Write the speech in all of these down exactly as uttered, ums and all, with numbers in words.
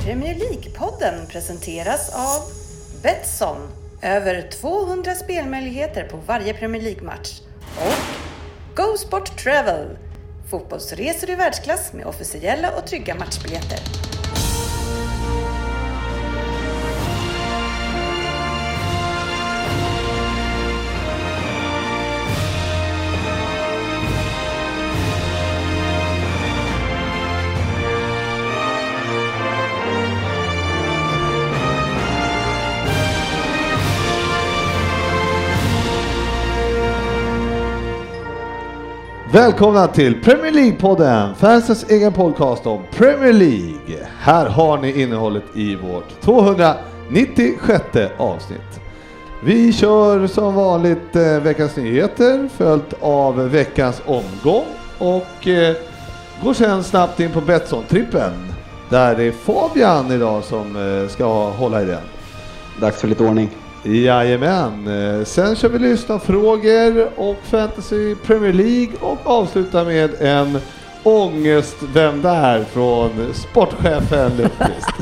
Premier League-podden presenteras av Betsson. Över tvåhundra spelmöjligheter på varje Premier League-match. Och Go Sport Travel. Fotbollsresor i världsklass med officiella och trygga matchbiljetter. Välkomna till Premier League-podden, fansens egen podcast om Premier League. Här har ni innehållet i vårt tvåhundranittiosjätte avsnitt. Vi kör som vanligt eh, veckans nyheter följt av veckans omgång och eh, går sen snabbt in på Betsson-trippen där det är Fabian idag som eh, ska hålla i den. Dags för lite ordning. Jajamän, sen kör vi lyssna frågor och fantasy Premier League och avsluta med en ångest vem där från sportchefen Lundqvist.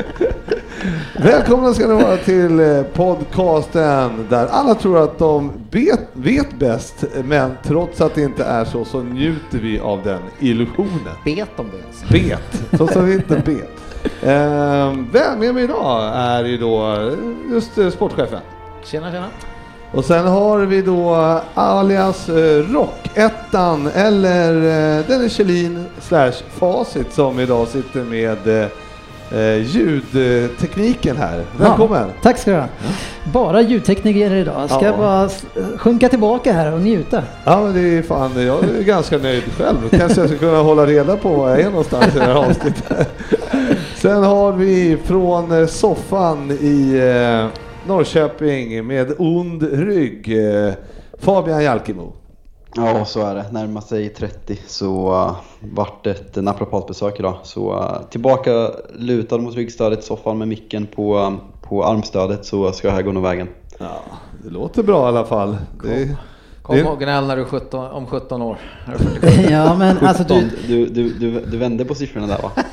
Välkomna ska ni vara till podcasten där alla tror att de vet, vet bäst, men trots att det inte är så så njuter vi av den illusionen. Bet om det. Bet, trots att vi inte bet. Eh, vem med mig idag är ju då just eh, sportchefen. Tjena, tjena. Och sen har vi då alias eh, Rock-ettan eller eh, Dennis Kjellin slash Facit som idag sitter med eh, ljudtekniken här. Välkommen. Ja, tack ska du ha. Bara ljudtekniker idag. Ska jag ja. bara sjunka tillbaka här och njuta. Ja, men det är fan, jag är ganska nöjd själv. Kanske jag ska kunna hålla reda på var jag är någonstans i det här avsnittet. Sen har vi från soffan i eh, Norrköping med ond rygg eh, Fabian Jalkemo. Ja, så är det. Närmar sig trettio så uh, vart ett naprapatbesök idag. Så uh, tillbaka lutad mot ryggstödet i soffan med micken på, um, på armstödet så ska jag här gå nog vägen. Ja, det låter bra i alla fall. Det, Kom det... ihåg gnäll när du är sjutton, om sjutton år. Ja, men alltså du... Du, du, du, du vände på siffrorna där, va?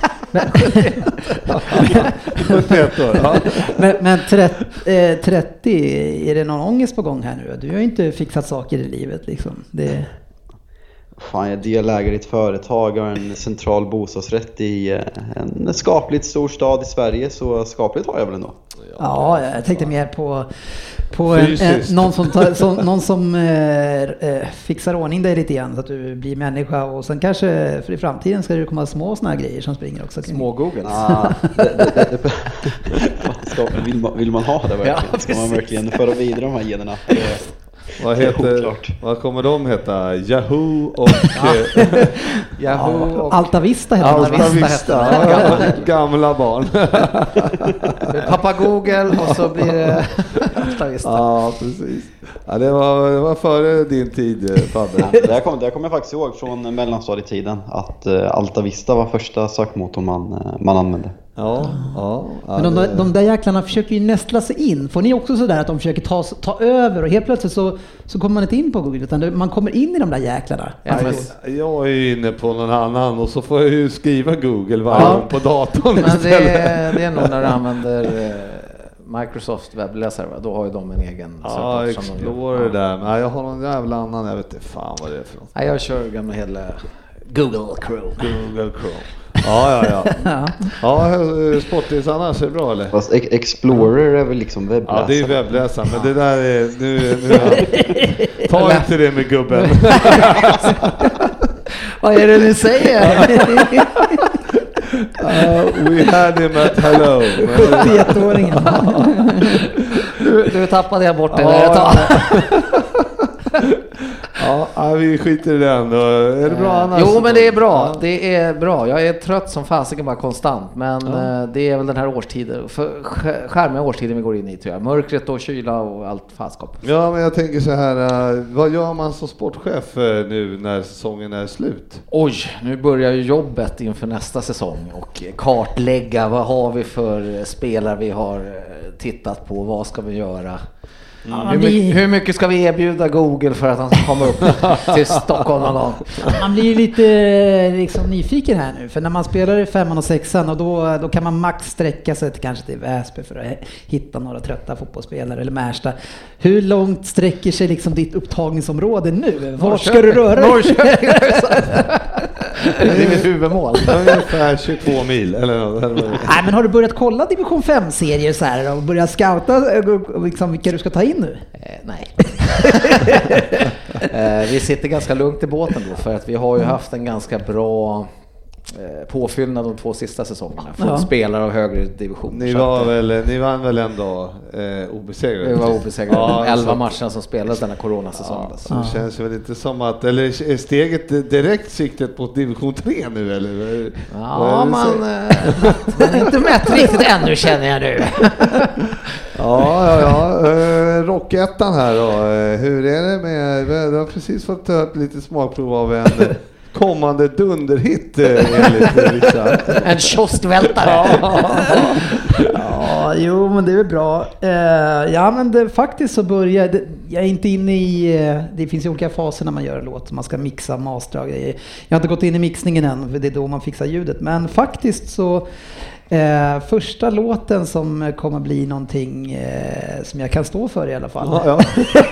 sjuttioett år, ja. Men, men trettio, är det någon ångest på gång här nu? Du har ju inte fixat saker i livet liksom. Det... Fan, jag är delägare i ett företag och en central bostadsrätt i en skapligt stor stad i Sverige, så skapligt har jag väl ändå. Ja, jag tänkte mer på, på en, en, någon som, tar, som, någon som eh, fixar ordning dig lite grann så att du blir människa, och sen kanske för i framtiden ska det komma små såna här grejer som springer också. Små Google. Ah, det, det, det, ska, vill, man, vill man ha det verkligen? Ja, ska man verkligen föra vidare de här generna? Det, Vad heter, vad kommer de heta? Yahoo och Yahoo ja, och Alta Vista heter Alta Alta Vista, Vista. Vista. Ja, gamla barn. Pappa Google och så blir det Alta Vista. Ja, precis. Ja, det var, det var före din tid, Fabbe. Ja, det kommer jag, kom jag faktiskt ihåg från mellanstadietiden att uh, Alta Vista var första sökmotorn man, uh, man använde. Ja, ja, ja. Men de, det... där, de där jäklarna försöker ju nästla sig in. Får ni också sådär att de försöker ta, ta över och helt plötsligt så, så kommer man inte in på Google utan det, man kommer in i de där jäklarna. Ja, men, jag är ju inne på någon annan och så får jag ju skriva Google varje gång ja. på datorn. Men det är, det är nog när du använder eh, Microsoft webbläsare, va? Då har ju de en egen ja, Explorer där. Men jag har någon jävla annan, jag vet inte fan vad det är för något. Ja, jag kör gamla hela Google Chrome. Google Chrome. Ja, ja, ja. Ja, Sportis annars är det bra eller? Fast Explorer är väl liksom webbläsare. Ja, det är webbläsaren, men det där är... Nu, nu, ta inte det med gubben. Vad är det ni säger? Uh, we had him at hello. sjuttioåringen. Du, du tappade jag bort det ja, där ett tag. Ja, vi skiter i den. Är det bra annars? Jo, men det är bra. Det är bra. Jag är trött som fasiken bara konstant. Men ja. det är väl den här årstiden. För skärmiga årstiden vi går in i, tror jag. Mörkret och kyla och allt faskap. Ja, men jag tänker så här. Vad gör man som sportchef nu när säsongen är slut? Oj, nu börjar ju jobbet inför nästa säsong. Och kartlägga vad har vi för spelare vi har tittat på. Vad ska vi göra? Mm. Hur, mycket, hur mycket ska vi erbjuda Google för att han ska komma upp till Stockholm någon gång? Man blir ju lite liksom nyfiken här nu, för när man spelar i femman och sexan och då, då kan man max sträcka sig till kanske till Väsby för att hitta några trötta fotbollsspelare eller Märsta. Hur långt sträcker sig liksom ditt upptagningsområde nu? Var ska du röra dig? Norrköping. Det är mitt huvudmål. Ungefär tjugotvå mil. Eller, eller. Nej, men har du börjat kolla division fem-serier så här och börjat scouta liksom, vilka du ska ta in nu? Eh, nej. eh, vi sitter ganska lugnt i båten då, för att vi har ju haft en ganska bra eh, påfyllnad de två sista säsongerna för ja. spelare av högre division. Ni, var väl, ni vann väl ändå eh, obesegrade? Vi var obesegrade. Ja, elva så, matcherna som spelades denna coronasäsong. Ja, så ja. Det känns väl inte som att, eller är steget direkt siktet mot division tre nu eller? Ja, man, man är inte mätt riktigt ännu, känner jag nu. Ja, ja, ja. Uh, Rockettan här då. Uh, hur är det med, vi har precis fått ta ett litet smakprov av en kommande dunderhit uh, enligt vissa. En kioskvältare. Ja. Ja, jo, men det är väl bra. Uh, ja, men det, faktiskt så börjar det, jag är inte inne i, uh, det finns ju olika faser när man gör en låt. Man ska mixa, mastra och grejer. Jag har inte gått in i mixningen än, för det är då man fixar ljudet. Men faktiskt så Eh, första låten som kommer bli någonting eh, som jag kan stå för i alla fall. Ja, ja.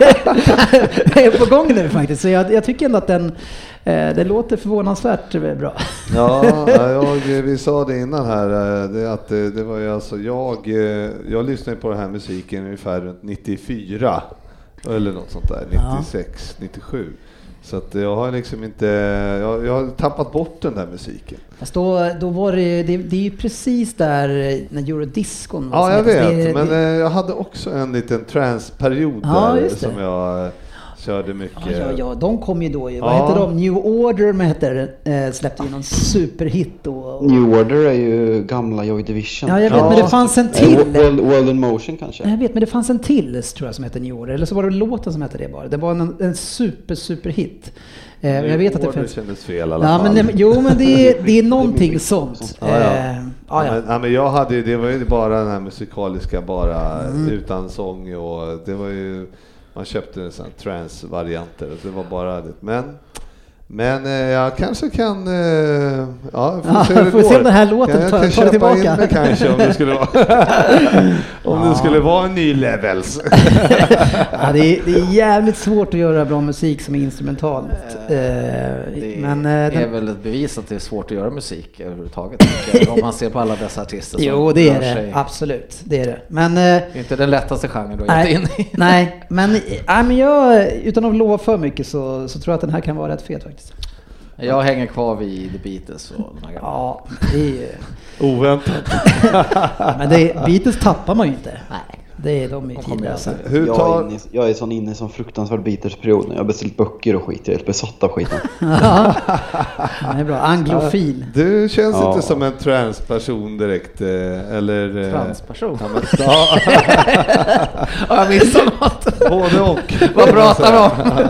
är på gång nu faktiskt. Så jag, jag tycker ändå att den, eh, den låter förvånansvärt bra. Ja, jag, vi sa det innan här. Det, att det, det var ju alltså jag, jag lyssnade på den här musiken ungefär runt nittiofyra. Eller något sånt där. nittiosex, ja. nittiosju. Så att jag har liksom inte, jag, jag har tappat bort den där musiken. Fast då, då var det, det, det är ju precis där när Eurodiscon var. Ja, jag vet, det, men det, jag hade också en liten transperiod ja, där som jag körde mycket. Ja, ja, ja, de kom ju då ju. Vad ja. heter de? New Order med heter, äh, släppte ju någon superhit då. Och... New Order är ju gamla Joy Division. Ja, jag vet, ja. men det fanns en till. World, World in Motion kanske. Jag vet, men det fanns en till tror jag som heter New Order. Eller så var det låten som hette det bara. Det var en, en super, super hit. Eh, jag vet att det finns... kändes fel i alla ja, fall. Men, jo, men det är, det är någonting sånt. Ja, ja. Eh, ja, ja. Men, ja, men jag hade ju, det var ju bara den här musikaliska, bara mm. utan sång, och det var ju, man köpte en sån trance-varianter och det var bara det. Men Men eh, jag kanske kan eh, ja, får ja, se hur det får går. se om den här låten jag tar, kan tar köpa tillbaka. In det kanske om det skulle vara om ja. det skulle vara en ny levels. Ja, det, är, det är jävligt svårt att göra bra musik som är instrumentalt. Eh, det men, eh, är den... väl ett bevis att det är svårt att göra musik överhuvudtaget. Om man ser på alla dessa artister som jo, det är det. Sig. Absolut, det är det. Men, eh, inte den lättaste genren du har nej, in i. Nej, men, nej, men jag, utan att lova för mycket så, så tror jag att den här kan vara rätt fet faktiskt. Jag hänger kvar vid The Beatles. Och ja, det är oväntat. Men det, Beatles tappar man ju inte. Nej. Det är de i tidlösa. Hur tar... jag, är inne, jag är sån inne som fruktansvärd Beatles-period. Jag har beställt böcker och skit. Jag är helt besatt av skiten. Ja, det är bra. Anglofil. Du känns ja. inte som en transperson direkt. Eller... Transperson? Ja, men, ja. Ja, jag missar något. Både och. Vad pratar du om?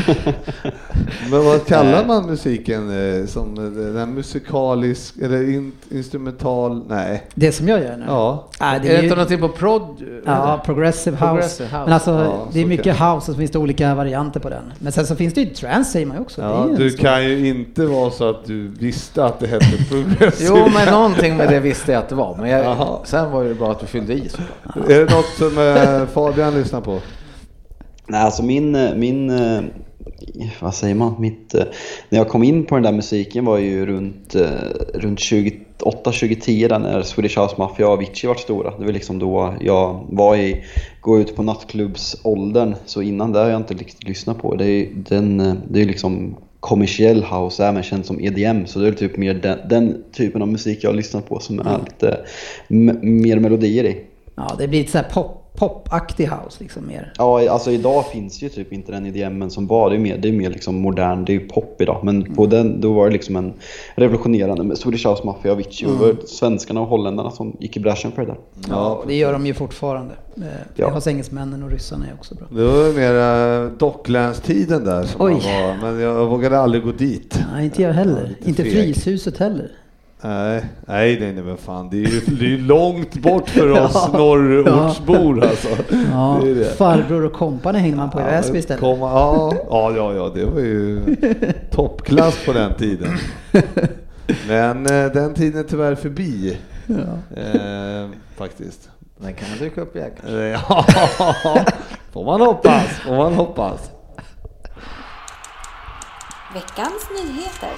Men vad kallar man musiken? Som den musikalisk eller in, instrumental? Nej. Det som jag gör nu? Ja. Ah, det är, är det inte något på prod? Ja, progressive house. Progressive house. Men alltså, ja, det är mycket kan. house och så finns det olika varianter på den. Men sen så finns det ju trance, säger man ju också. Ja, du stor... kan ju inte vara så att du visste att det hette progressive. Jo, men någonting med det visste jag att det var. Men jag, sen var det bra att du fyllde i. Så. Ja. Är det något som äh, Fabian lyssnar på? Nej, alltså min... min vad säger man? Mitt, när jag kom in på den där musiken var ju runt, runt tjugoåtta tjugo-tio där när Swedish House Mafia och Avicii var stora. Det var liksom då jag var i, gå ut på nattklubbsåldern. Så innan det har jag inte riktigt lyssnat på. Det är den, det är liksom kommersiell house, även känd som E D M. Så det är typ mer den, den typen av musik jag har lyssnat på som är lite m- mer melodier i. Ja, det blir lite så här pop. Popaktig house liksom mer. Ja, alltså idag finns ju typ inte den E D M som var. Det är mer, det är mer liksom modern, det är ju pop idag. Men mm. på den, då var det liksom en revolutionerande med Swedish House Mafia och Avicii. Mm. Och svenskarna och holländarna som gick i bräschen för det där. Ja, det gör de ju fortfarande. Det har engelsmännen och ryssarna är också bra. Det var mer uh, Docklands-tiden där som man var. Men jag vågade aldrig gå dit. Nej, inte jag heller. Ja, inte Fryshuset heller. Nej, nej, nej, nej, men fan, det är ju, det är ju långt bort för oss ja. norrortsbor alltså. Ja, det är det. Farbror och kompani hänger man på i Väsby istället. Komma, ja, ja, ja, ja, det var ju toppklass på den tiden. Men eh, den tiden är tyvärr förbi. Ja. Eh, faktiskt. Den kan dyka upp igen. Ja, får man hoppas, får man hoppas. Veckans nyheter.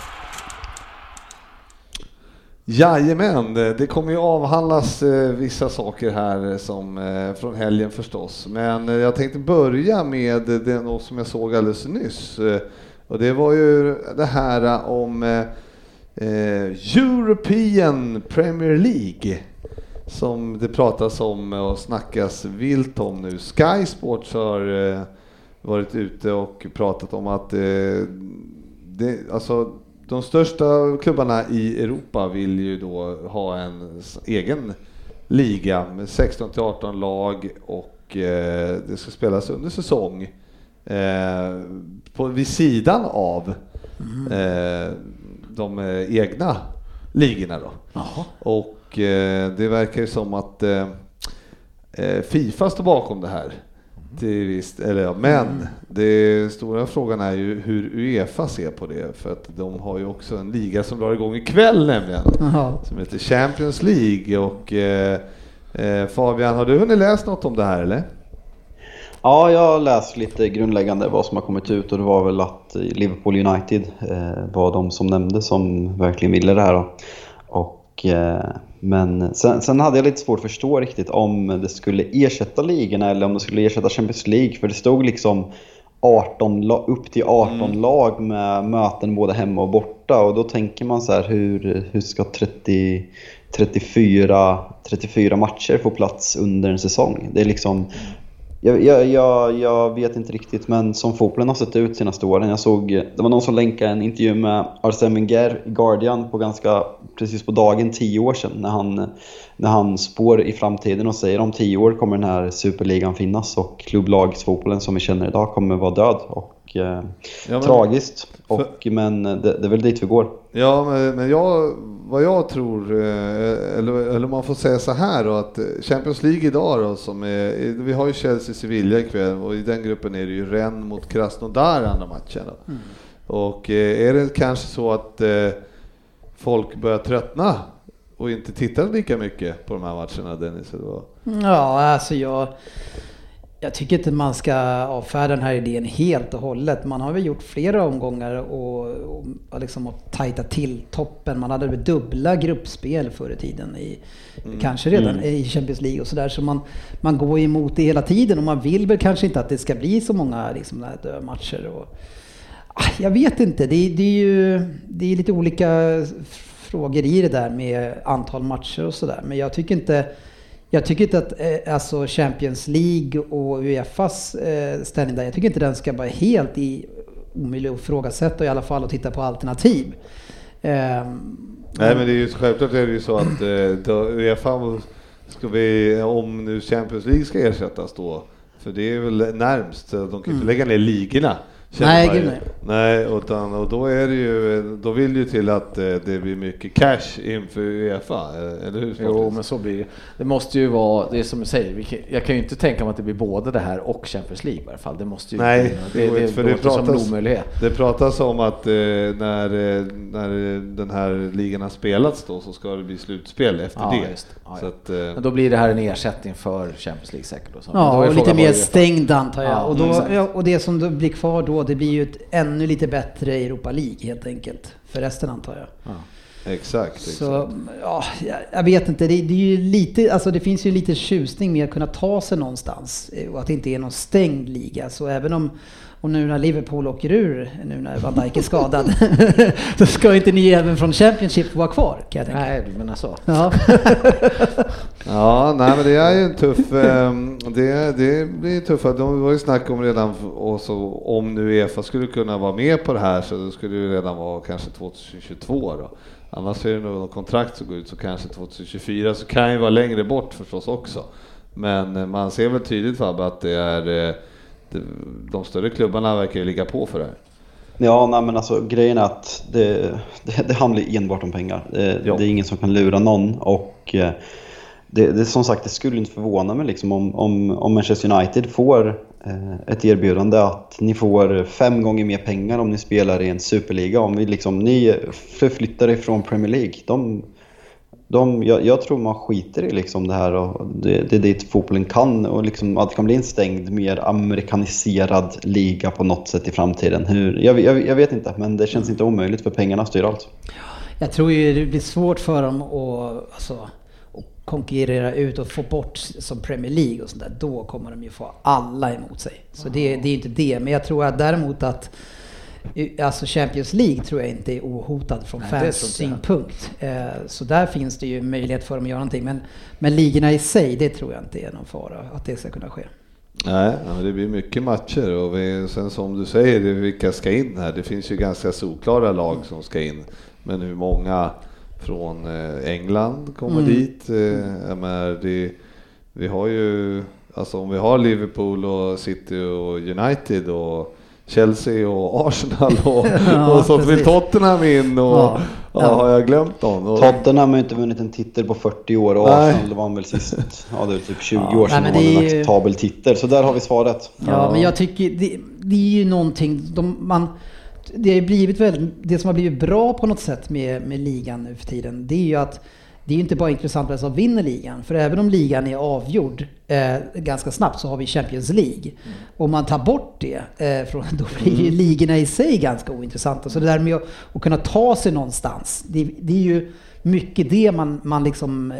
Jajamän, det kommer ju avhandlas eh, vissa saker här som eh, från helgen förstås. Men eh, jag tänkte börja med det något som jag såg alldeles nyss. Eh, och det var ju det här om eh, European Premier League som det pratas om och snackas vilt om nu. Sky Sports har eh, varit ute och pratat om att eh, det, alltså de största klubbarna i Europa vill ju då ha en egen liga med sexton till arton lag och eh, det ska spelas under säsong eh, på, vid sidan av eh, de eh, egna ligorna då. Jaha. Och eh, det verkar ju som att eh, FIFA står bakom det här. Det är visst, eller ja, men mm. det stora frågan är ju hur UEFA ser på det, för att de har ju också en liga som drar igång ikväll nämligen, Aha. som heter Champions League och eh, eh, Fabian, har du hunnit läsa något om det här eller? Ja, jag har läst lite grundläggande vad som har kommit ut och det var väl att Liverpool United eh, var de som nämnde som verkligen ville det här då. Och eh, men sen, sen hade jag lite svårt att förstå riktigt om det skulle ersätta ligorna eller om det skulle ersätta Champions League. För det stod liksom arton, upp till arton mm. lag med möten både hemma och borta. Och då tänker man så här, hur, hur ska trettio, trettiofyra, trettiofyra matcher få plats under en säsong? Det är liksom... Jag, jag, jag, jag vet inte riktigt, men som fotbollen har sett ut senaste åren. Jag såg, det var någon som länkade en intervju med Arsène Wenger i Guardian på ganska, precis på dagen tio år sedan. När han, när han spår i framtiden och säger om tio år kommer den här superligan finnas. Och klubblagsfotbollen som vi känner idag kommer vara död. Och eh, ja, men, tragiskt, och, för, men det, det är väl dit vi går. Ja, men, men jag, vad jag tror, eller, eller man får säga så här då, att Champions League idag då, som är, vi har ju Chelsea Sevilla ikväll och i den gruppen är det ju Rennes mot Krasnodar andra matchen då. Mm. Och är det kanske så att eh, folk börjar tröttna och inte tittar lika mycket på de här matcherna, Dennis? Eller vad? Ja, alltså jag Jag tycker inte man ska avfärda den här idén helt och hållet. Man har väl gjort flera omgångar och, och, och liksom att tajta till toppen. Man hade väl dubbla gruppspel förr i tiden i, mm. kanske redan mm. i Champions League och sådär. Så man, man går emot det hela tiden och man vill väl kanske inte att det ska bli så många liksom, matcher. Och, jag vet inte, det, det är ju det är lite olika frågor i det där med antal matcher och sådär. Men jag tycker inte Jag tycker inte att eh, alltså Champions League och UEFAs eh, ställning där, jag tycker inte den ska vara helt i omöjlig att ifrågasätta, i alla fall att titta på alternativ. Eh, Nej, men det är ju självklart är det ju så att eh, då, UEFA ska vi, om nu Champions League ska ersättas då, för det är väl närmst, de kan inte mm. lägga ner ligorna. Nej, gud, nej. Nej, utan, och då är det ju, då vill ju till att eh, det blir mycket cash inför UEFA, eller hur? Jo, men så blir det. Det måste ju vara, det är som du säger, vi kan, jag kan ju inte tänka mig att det blir både det här och Champions League i alla fall. Det måste ju, nej, det, det, det, för det pratas, som en omöjlighet. Det pratas om att eh, när, när den här ligan har spelats då, så ska det bli slutspel efter ja, det. Just, ja, så ja. Att, eh, men då blir det här en ersättning för Champions League säkert. Och så. Ja, och lite mer stängd antar jag. Ja, och, då, ja, och det som då blir kvar då, det blir ju ett ännu lite bättre Europa League helt enkelt för resten antar jag. Ja. Exakt, exakt. Så ja, jag vet inte, det, det är ju lite, alltså det finns ju lite tjusning med att kunna ta sig någonstans och att det inte är någon stängd liga. Så även om Och nu när Liverpool åker ur, nu när Van Dijk är skadad, så ska inte ni även från Championship vara kvar, kan jag tänka. Nej, du menar så. Ja. Ja, nej, men det är ju en tuff, det, det blir tufft. De var ju snack om redan, och så, om nu UEFA skulle kunna vara med på det här, så det skulle ju redan vara kanske tjugohundratjugotvå då. Annars är det nog något kontrakt som går ut, så kanske tjugohundratjugofyra, så kan ju vara längre bort förstås också. Men man ser väl tydligt, Fabbe, att det är de större klubbarna verkar ju ligga på för det här. Ja, nej, men alltså grejen är att det, det, det handlar enbart om pengar. Det, det är ingen som kan lura någon och eh, det, det som sagt, det skulle inte förvåna mig liksom om, om, om Manchester United får eh, ett erbjudande att ni får fem gånger mer pengar om ni spelar i en superliga. Om vi liksom, ni förflyttar ifrån Premier League. De, de, jag, jag tror man skiter i liksom det här och det, det är dit fotbollen kan och liksom att det kan bli en stängd, mer amerikaniserad liga på något sätt i framtiden. Hur, jag, jag, jag vet inte, men det känns inte omöjligt för pengarna styr allt. Jag tror ju det blir svårt för dem att, alltså, att konkurrera ut och få bort som Premier League och sånt där. Då kommer de ju få alla emot sig. Så det, det är inte det, men jag tror att däremot att alltså Champions League tror jag inte är ohotad från fans synpunkt. Så där finns det ju möjlighet för dem att göra någonting. Men, men ligorna i sig, det tror jag inte är någon fara att det ska kunna ske. Nej, det blir mycket matcher och vi, sen som du säger, vilka ska in här? Det finns ju ganska solklara lag som ska in. Men hur många från England kommer mm. dit? Jag menar, det, vi har ju, alltså om vi har Liverpool och City och United och Chelsea och Arsenal och, ja, och så vill Tottenham in och ja, ja. Ja, har jag glömt någon? Och Tottenham har inte vunnit en titel på fyrtio år och Nej. Arsenal vann väl sist, ja det är typ tjugo ja. år sedan de vann en acceptabel titel, så där har vi svaret. Ja, ja. Men jag tycker det, det är ju någonting, de, man, det har blivit väldigt, det som har blivit bra på något sätt med, med ligan nu för tiden, det är ju att det är inte bara intressant vem som vinner ligan. För även om ligan är avgjord eh, ganska snabbt så har vi Champions League. Mm. Om man tar bort det, eh, från, då blir ju ligorna i sig ganska ointressanta. Så det där med att, att kunna ta sig någonstans, det, det är ju mycket det man, man liksom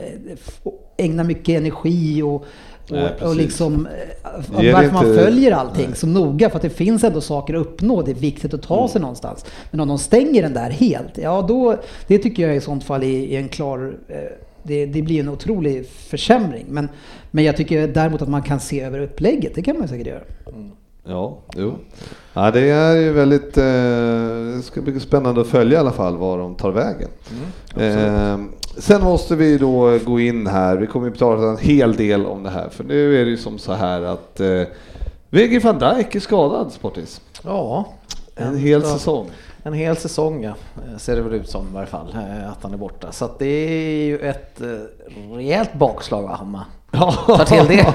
ägnar mycket energi och Och, Nej, och liksom varför man följer allting Nej. så noga, för att det finns ändå saker att uppnå, det är viktigt att ta mm. sig någonstans. Men om de stänger den där helt, ja då, det tycker jag i sånt fall är, är en klar, det, det blir en otrolig försämring. Men, men jag tycker däremot att man kan se över upplägget, det kan man säkert göra. Mm. Ja, jo. Ja, det är ju väldigt, eh, det ska bli spännande att följa i alla fall var de tar vägen. Mm, eh, sen måste vi då gå in här, vi kommer att prata en hel del om det här, för nu är det ju som så här att eh, Virgil van Dijk är skadad, Sportis. Ja. En, en hel då, säsong. En hel säsong, ja. Ser det väl ut som i varje fall, att han är borta. Så att det är ju ett eh, rejält bakslag av Hamma. Ja. Ta till det.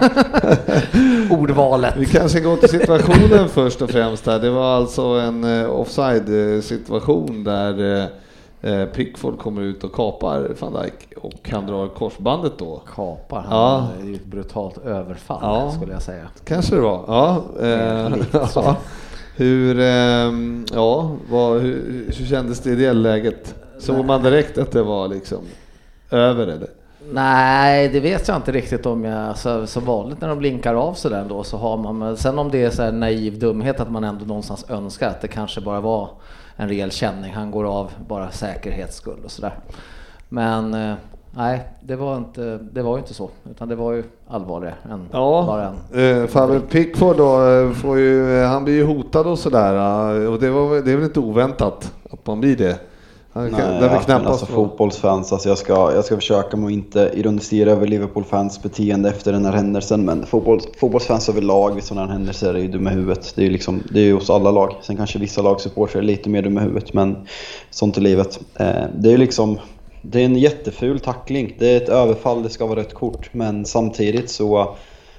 Ordvalet. Vi kanske går till situationen först och främst här. Det var alltså en uh, offside situation där uh, Pickford kommer ut och kapar Van Dijk och han drar korsbandet då. Kapar? Han, ja. Det är ju ett brutalt överfall, ja. skulle jag säga. Kanske det var. Ja. Uh, ja. Hur, um, ja, vad, hur, hur kändes det i det läget? Såg man direkt att det var liksom över eller? Nej, det vet jag inte riktigt om jag, så, så vanligt när de blinkar av så där då, så har man, men sen om det är så här naiv dumhet att man ändå någonstans önskar att det kanske bara var en rejäl känning, han går av bara säkerhetsskull och sådär. Men eh, nej, det var inte, det var ju inte så, utan det var ju allvarligare än ja, bara en. Eh, Fabian Pickford då, får ju, han blir ju hotad och sådär, och det, var, det är väl inte oväntat att man blir det. Nej, ja, men alltså fotbollsfans, alltså jag, ska, jag ska försöka med att inte ironisera över Liverpool-fans beteende efter den här händelsen, men fotboll, fotbollsfans överlag vid sådana här händelser är ju dumma i huvudet. Det är ju liksom, det är ju hos alla lag. Sen kanske vissa lagsupportrar är lite mer dumma i huvudet, men sånt är livet. Eh, det är ju liksom, det är en jätteful tackling. Det är ett överfall, det ska vara rött kort, men samtidigt så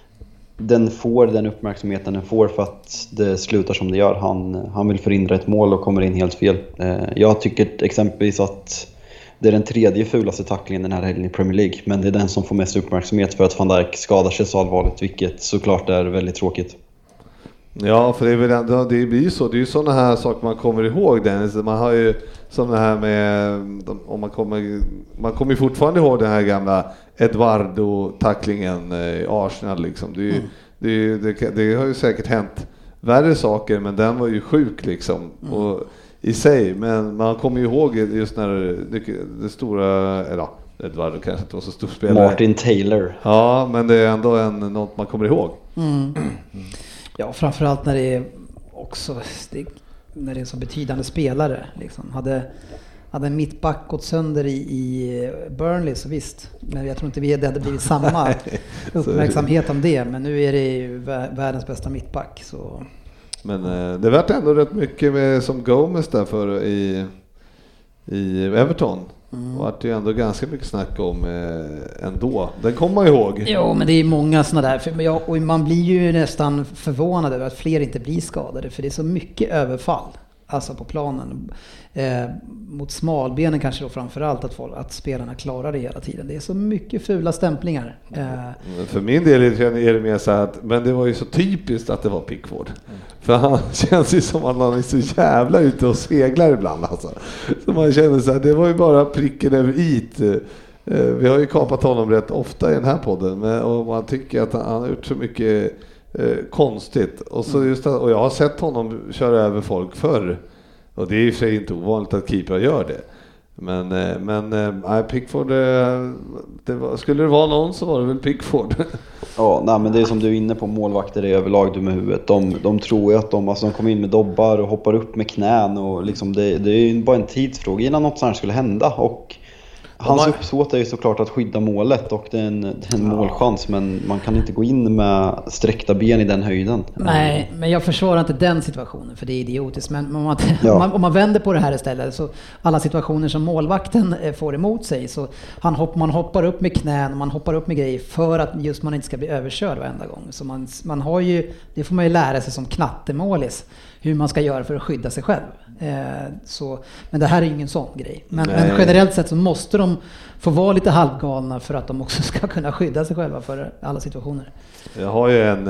den får den uppmärksamheten den får för att det slutar som det gör. Han, han vill förhindra ett mål och kommer in helt fel. Jag tycker exempelvis att det är den tredje fulaste tacklingen den här helgen i Premier League, men det är den som får mest uppmärksamhet för att Van Dijk skadar sig så allvarligt, vilket såklart är väldigt tråkigt. Ja, för det är väl ändå, det blir ju så, det är ju sådana här saker man kommer ihåg, Dennis. Man har ju som det här med, om man kommer, man kommer ju fortfarande ihåg den här gamla Eduardo-tacklingen i Arsenal liksom. Det, är ju, mm. det, det, det har ju säkert hänt värre saker, men den var ju sjuk liksom mm. och, i sig. Men man kommer ju ihåg just när det, det stora, eller Eduardo kanske inte var så stor spelare. Martin Taylor. Ja, men det är ändå en, något man kommer ihåg. Mm. Mm. Ja, framförallt när det är också det, när det är så betydande spelare liksom. Hade hade en mittback gått sönder i, i Burnley så visst, men jag tror inte vi hade blivit samma uppmärksamhet om det, men nu är det ju världens bästa mittback så. Men eh, det vart ändå rätt mycket med, som Gomez där för i, i Everton. Mm. Och det är ändå ganska mycket snack om eh, ändå. Den kommer man ihåg. Jo, men det är många sådana där. För jag, och man blir ju nästan förvånad över att fler inte blir skadade. För det är så mycket överfall. Alltså på planen. Eh, mot smalbenen kanske då framförallt att, folk, att spelarna klarar det hela tiden. Det är så mycket fula stämplingar. Eh. För min del är det mer så här att, men det var ju så typiskt att det var Pickford. Mm. För han känns ju som att han är så jävla ute och seglar ibland. Alltså. Så man känner så här, det var ju bara pricken över it. Eh, vi har ju kapat honom rätt ofta i den här podden. Men, och man tycker att han, han har gjort så mycket eh, konstigt. Och, så just att, och jag har sett honom köra över folk förr. Och det är ju för sig inte ovanligt att keeper gör det. Men, men äh, Pickford, det var, skulle det vara någon så var det väl Pickford. Ja, nej, men det är som du är inne på, målvakter är överlag du med huvudet. De, de tror ju att de, alltså, de kommer in med dobbar och hoppar upp med knän. Och liksom det, det är ju bara en tidsfråga innan något sånt skulle hända. Och hans man... uppsåt är ju såklart att skydda målet och det är en, det är en ja. målchans, men man kan inte gå in med sträckta ben i den höjden. Nej, men jag försvarar inte den situationen för det är idiotiskt, men om man, ja. om man, om man vänder på det här istället, så alla situationer som målvakten får emot sig, så han hopp, man hoppar upp med knän och man hoppar upp med grejer för att just man inte ska bli överkörd varenda gång. Så man, man har ju, det får man ju lära sig som knattemålis, hur man ska göra för att skydda sig själv. Eh, så, men det här är ju ingen sån grej. Men, men generellt sett så måste de få vara lite halvgalna för att de också ska kunna skydda sig själva för alla situationer. Jag har ju en,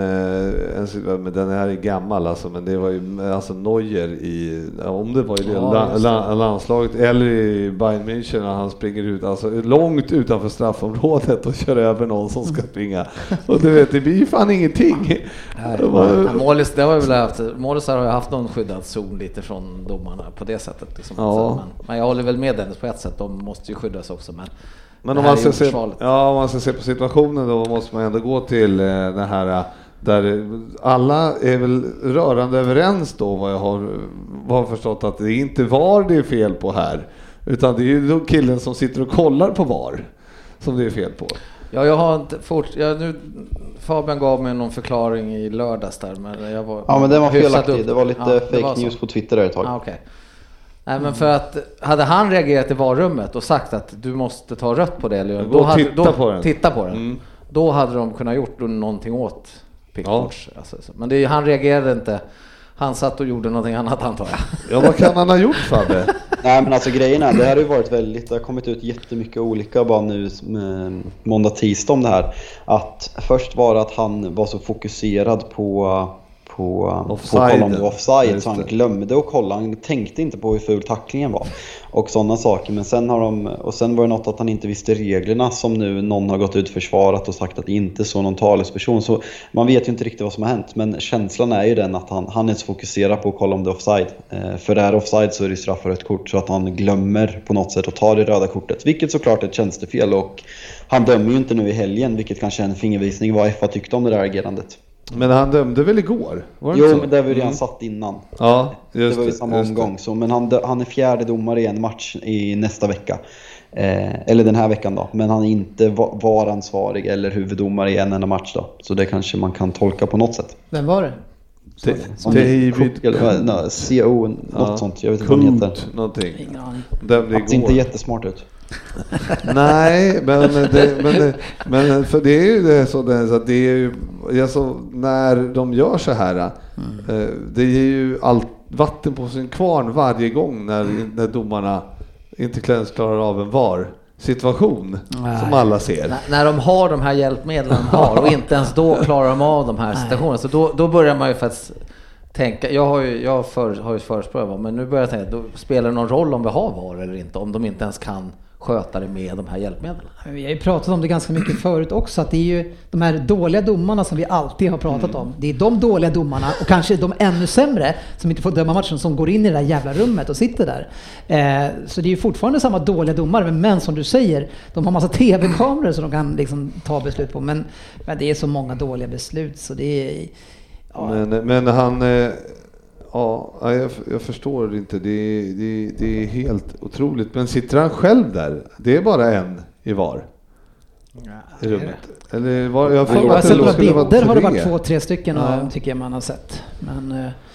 en men den här är gammal alltså, men det var ju alltså Neuer i, om det var i ja, la, la, landslaget eller i Bayern München när han springer ut alltså långt utanför straffområdet och kör över någon som ska springa. Och du vet, det blir ju fan ingenting. Nej, det var, Målis, det har väl haft, Målis har ju haft någon skyddad zon lite från domarna på det sättet liksom. Ja. men, men jag håller väl med Dennis på ett sätt, de måste ju skyddas också, men Men om man, ska se, ja, om man ska se på situationen då måste man ändå gå till eh, det här där alla är väl rörande överens då, vad jag har, vad har förstått, att det inte var det är fel på här, utan det är ju då killen som sitter och kollar på var som det är fel på. Ja, jag har inte fort, jag, nu, Fabian gav mig någon förklaring i lördags där, men jag var, ja, men det var felaktigt, det var lite ja, fake var news så. På Twitter där ett tag. Ah, okay. Nej, men för att hade han reagerat i varummet och sagt att du måste ta rött på det eller då hade titta då på den. Titta på den. Mm. Då hade de kunnat gjort någonting åt Pickfords. Ja. Alltså, men det, han reagerade inte. Han satt och gjorde någonting annat, antar jag. Ja, vad kan han ha gjort, Fabbe? Nej, men alltså grejen är, det här har ju varit väldigt, det har kommit ut jättemycket olika bara nu med måndag, tisdag om det här. Att först var att han var så fokuserad på på, på kolla om det var offside, så han glömde att kolla, han tänkte inte på hur ful tacklingen var och sådana saker. Men sen har de, och sen var det något att han inte visste reglerna, som nu någon har gått ut försvarat och sagt att det inte är så någon talesperson, så man vet ju inte riktigt vad som har hänt, men känslan är ju den att han, han är så fokuserad på att kolla om det är offside, eh, för det är offside så är det straff för ett kort, så att han glömmer på något sätt att ta det röda kortet, vilket såklart är ett tjänstefel, och han dömer ju inte nu i helgen, vilket kanske är en fingervisning vad F A tyckte om det där agerandet. Men han dömde väl igår? Var det jo, så? Men det var ju redan mm. satt innan. Ja, just det var ju det, samma omgång. Så, men han, han är fjärde domare i en match i nästa vecka. Eh, eller den här veckan då. Men han är inte var, var ansvarig eller huvuddomare i en enda match då. Så det kanske man kan tolka på något sätt. Vem var det? David C O, något ja, sånt. Jag vet inte vad han heter. Någonting. Det ser inte jättesmart ut. Nej, men det, men, det, men för det är ju det så, det, så det är ju alltså, när de gör så här mm. det är ju allt vatten på sin kvarn varje gång när, när domarna inte klarar av en var situation. Nej. Som alla ser. N- när de har de här hjälpmedlen de har och inte ens då klarar de av de här situationerna, så då, då börjar man ju faktiskt tänka, jag har ju, jag för, har ju förespråkat, men nu börjar jag tänka, då spelar det någon roll om vi har var eller inte, om de inte ens kan sköta det med de här hjälpmedlen. Vi har ju pratat om det ganska mycket förut också, att det är ju de här dåliga domarna som vi alltid har pratat mm. om. Det är de dåliga domarna, och kanske de ännu sämre som inte får döma matchen, som går in i det där jävla rummet och sitter där. Eh, så det är ju fortfarande samma dåliga domare, men som du säger, de har massa tv-kameror som de kan liksom ta beslut på, men, men det är så många dåliga beslut så det är... Ja. Men, men han... Eh... Ja, jag, jag förstår inte. Det, det, det är helt otroligt. Men sitter han själv där? Det är bara en i var. Ja, i rummet. Eller var, jag har sett några bilder, har det varit två, tre stycken ja. av, tycker jag man har sett. Men,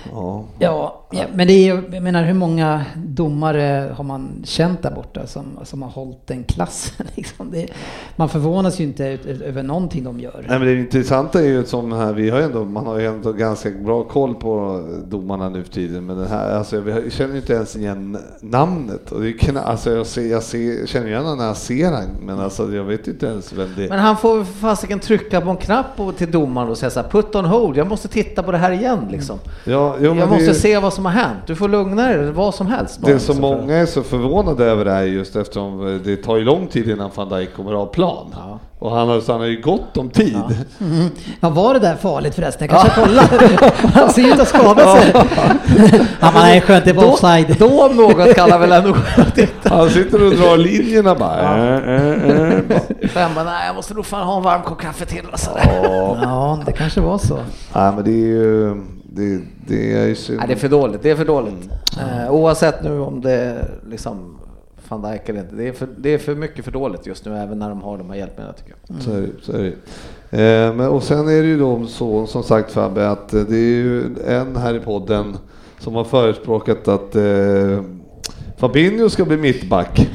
Ja. Ja, ja, men det är ju, jag menar, hur många domare har man känt där borta som, som har hållit den klassen? Liksom det, man förvånas ju inte ut, över någonting de gör. Nej, men det intressanta är ju som här, vi har ju ändå, man har ju ändå ganska bra koll på domarna nu för tiden, men den här, alltså jag känner ju inte ens igen namnet, och det kan, alltså jag, ser, jag ser, känner igen när jag ser han, men alltså jag vet inte ens vem det är. Men han får fasiken trycka på en knapp och till domaren och säga så här, put on hold, jag måste titta på det här igen liksom. Ja, jo, jag måste det, se vad som har hänt. Du får lugna dig, vad som helst. Det som många är så förvånade över är just eftersom det tar ju lång tid innan Van Dijk kommer av plan. Ja. Och han har, han har ju gott om tid. Ja. Mm. Ja, var det där farligt förresten? Jag kanske ja. kollar. Han ser ju ut att skada sig. Ja, ja men nej, skönt, det var offside. Då om något kallar väl ändå han sitter och drar linjerna bara. Ja. Äh, äh, äh, bara. bara nej, jag måste nog fan ha en varm kopp kaffe till. Alltså. Ja. ja, det kanske var så. Ja, men det är ju... Det, det är ju synd. Nej, det är för dåligt, det är för dåligt. Mm. Uh, oavsett nu om det liksom Van Dijk eller inte, det är, för, det är för mycket för dåligt just nu, även när de har de här hjälpmedlen tycker jag. Mm. Så är det, så är det. Eh, men, och sen är det ju då så, som sagt Fabbe, att det är ju en här i podden som har förespråkat att eh, Fabinho ska bli mittback.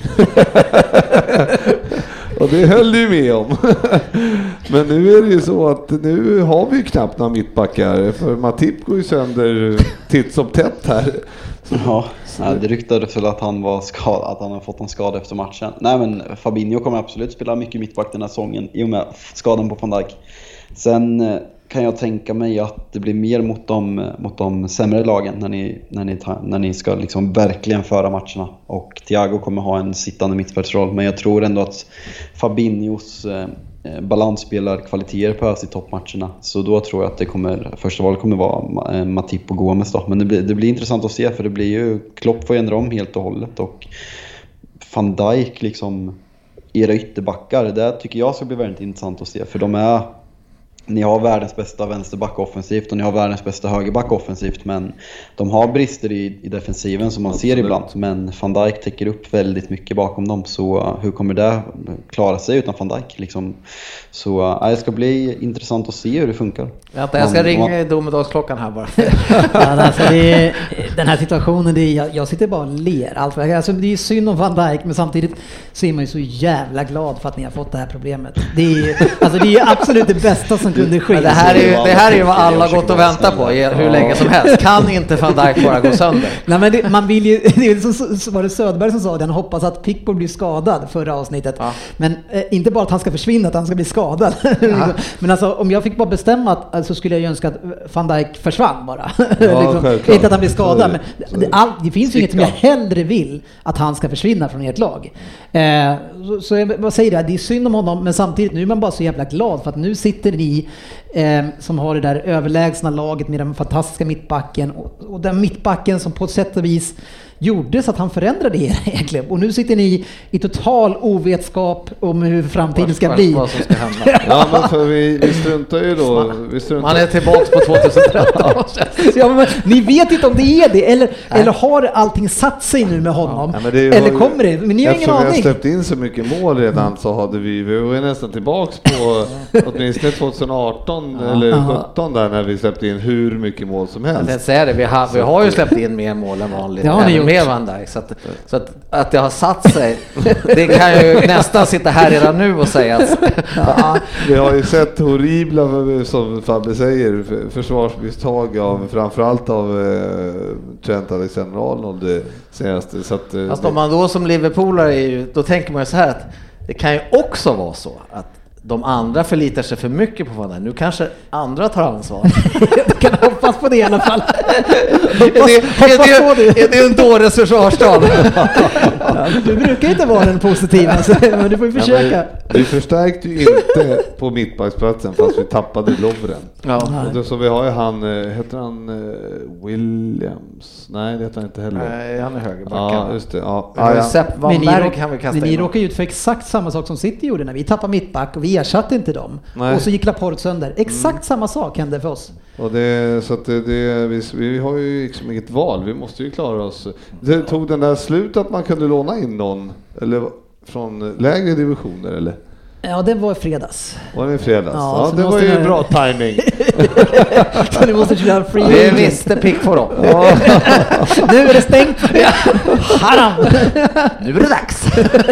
Och det höll du med om. Men nu är det ju så att nu har vi knappt några mittbackar, för Matip går ju sönder titt som tätt här. Ja, nej, det ryktades väl att han var skad, att han har fått en skada efter matchen. Nej, men Fabinho kommer absolut spela mycket mittback den här säsongen i och med skadan på Van Dijk. Sen kan jag tänka mig att det blir mer mot de, mot de sämre lagen när ni, när ni, när ni ska liksom verkligen föra matcherna. Och Thiago kommer ha en sittande mittfältsroll, men jag tror ändå att Fabinhos eh, balans spelar kvaliteter på oss i toppmatcherna. Så då tror jag att det kommer, första valet kommer vara Matip och Gomes då. Men det blir, det blir intressant att se, för det blir ju, Klopp får ändra om helt och hållet. Och Van Dijk liksom, era ytterbackar, det tycker jag ska bli väldigt intressant att se. För de är, ni har världens bästa vänsterback offensivt och ni har världens bästa högerback offensivt, men de har brister i, i defensiven som man Absolut. ser ibland. Men Van Dijk täcker upp väldigt mycket bakom dem, så hur kommer det klara sig utan Van Dijk liksom? Så äh, det ska bli intressant att se hur det funkar. Vänta, jag ska man, ringa man... i domedagsklockan här bara. Ja, alltså det är, den här situationen, det är, jag, jag sitter bara och ler. Allt för, alltså det är synd om Van Dijk, men samtidigt så är man ju så jävla glad för att ni har fått det här problemet. Det är, alltså det är absolut det bästa som kunde ske. Det här är ju, det här är ju vad alla gått och väntat på hur länge som helst. Kan inte Van Dijk bara gå sönder? Nej, men det, man vill ju, det är så, så var det Söderberg som sa det, han hoppas att Pickford blir skadad förra avsnittet. Ja. Men eh, inte bara att han ska försvinna, att han ska bli skadad. Ja. Men alltså, om jag fick bara bestämma att, alltså, skulle jag ju önska att Van Dijk försvann bara. Ja, liksom. Inte att han blir skadad, men det, all, det finns ju inget som jag hellre vill att han ska försvinna från ert lag. Eh, så, så jag vad säger det, det är synd om honom, men samtidigt nu är man bara så jävla glad för att nu sitter ni eh, som har det där överlägsna laget med den fantastiska mittbacken och, och den mittbacken som på ett sätt och vis gjorde så att han förändrade er egentligen. Och nu sitter ni i total ovetskap om hur framtiden ska bli. Vad som ska hända. Ja, men för vi, vi struntar ju då. Vi struntar. Man är tillbaka på tjugohundratretton. Ja, men ni vet inte om det är det. Eller, eller har allting satt sig nu med honom? Ja, det eller ju, kommer det? Men ni har ingen aning. Eftersom vi har släppt in så mycket mål redan mm. så hade vi, vi var nästan tillbaka på åtminstone tjugoarton ja. eller sjutton där när vi släppte in hur mycket mål som helst. Jag säger det, vi har, vi har ju släppt in mer mål än vanligt. Ja, med Van Dijk, så att, så att, att det har satt sig, det kan ju nästan sitta här redan nu och säga att ja. Vi har ju sett horribla, som Fabbe säger, försvarsmisstag av framförallt av eh, Trent Alexander-Arnold det senaste. Så att, eh, Fast om man då som Liverpoolare är ju, då tänker man ju så här att det kan ju också vara så att de andra förlitar sig för mycket på varandra. Nu kanske andra tar ansvar. Jag kan hoppas på det i alla fall. hoppas, är, det, är, det, är det en dåres försvarsstad? Ja, du brukar inte vara den positiva, men du får ju försöka. Ja, vi förstärkte ju inte på mittbacksplatsen fast vi tappade Lovren. Ja. Och så vi har ju han, heter han Williams? Nej, det heter han inte heller. Nej, han är högerback. Ja, just det. Ja. Ja, ja. Sepp Van men ni, Berg kan vi kasta men ni råkar ut för exakt samma sak som City gjorde när vi tappade mittback och vi ersatte inte dem. Nej. Och så gick Laporte sönder. Exakt mm. samma sak hände för oss. Och det, så att det, det, vi, vi har ju liksom inget val. Vi måste ju klara oss. Det tog den där slut att man kunde låna in någon eller från lägre divisioner eller? Ja, det var i fredags. Var det i fredags? Ja, ja det var ju nu... bra timing. Så ni måste köra free. Det visste Pickford om. Ja. Nu är det stängt. Haram. Nu är det dags.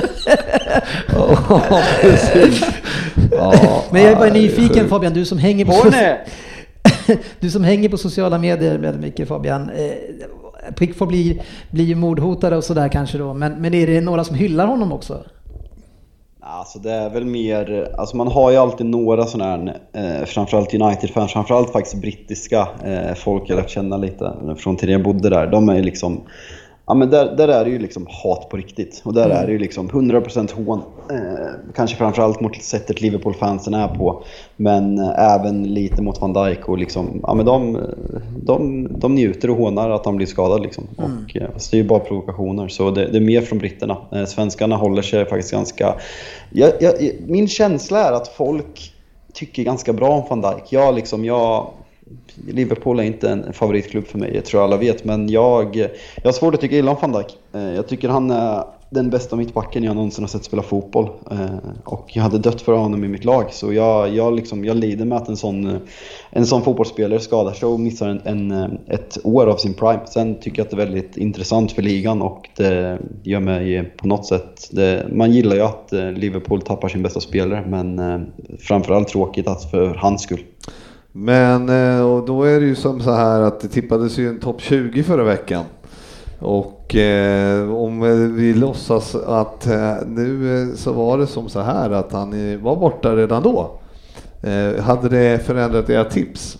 Ja, precis. Ja, men jag är bara nyfiken, Fabian, du som hänger på so- du som hänger på sociala medier väldigt mycket, Fabian. Eh, Pickford blir, blir ju mordhotade och sådär kanske då, men, men är det några som hyllar honom också? Alltså det är väl mer, alltså man har ju alltid några sådana här, eh, framförallt United-fans, framförallt faktiskt brittiska eh, folk jag lärt känna lite från tiden jag bodde där. De är ju liksom, ja men där, där är det ju liksom hat på riktigt. Och där mm. är det ju liksom hundra procent hån. Eh, kanske framförallt mot sättet Liverpool-fansen är på. Men eh, även lite mot Van Dijk och liksom, ja men de, de, de njuter och hånar att han blir skadad liksom. Mm. Och eh, det är ju bara provokationer. Så det, det är mer från britterna. Eh, svenskarna håller sig faktiskt ganska... Jag, jag, min känsla är att folk tycker ganska bra om Van Dijk. Jag liksom, jag... Liverpool är inte en favoritklubb för mig, jag tror alla vet, men jag, jag har svårt att tycka illa om Van Dijk. Jag tycker han är den bästa mittbacken jag någonsin har sett spela fotboll, och jag hade dött för honom i mitt lag, så jag, jag, liksom, jag lider med att en sån, en sån fotbollsspelare skadar sig och missar en, en, ett år av sin prime. Sen tycker jag att det är väldigt intressant för ligan, och det gör mig på något sätt, det, man gillar ju att Liverpool tappar sin bästa spelare, men framförallt tråkigt att för hans skull. Men och då är det ju som så här att det tippades ju en topp tjugo förra veckan. Och eh, om vi låtsas att eh, nu så var det som så här att han var borta redan då. Eh, hade det förändrat era tips?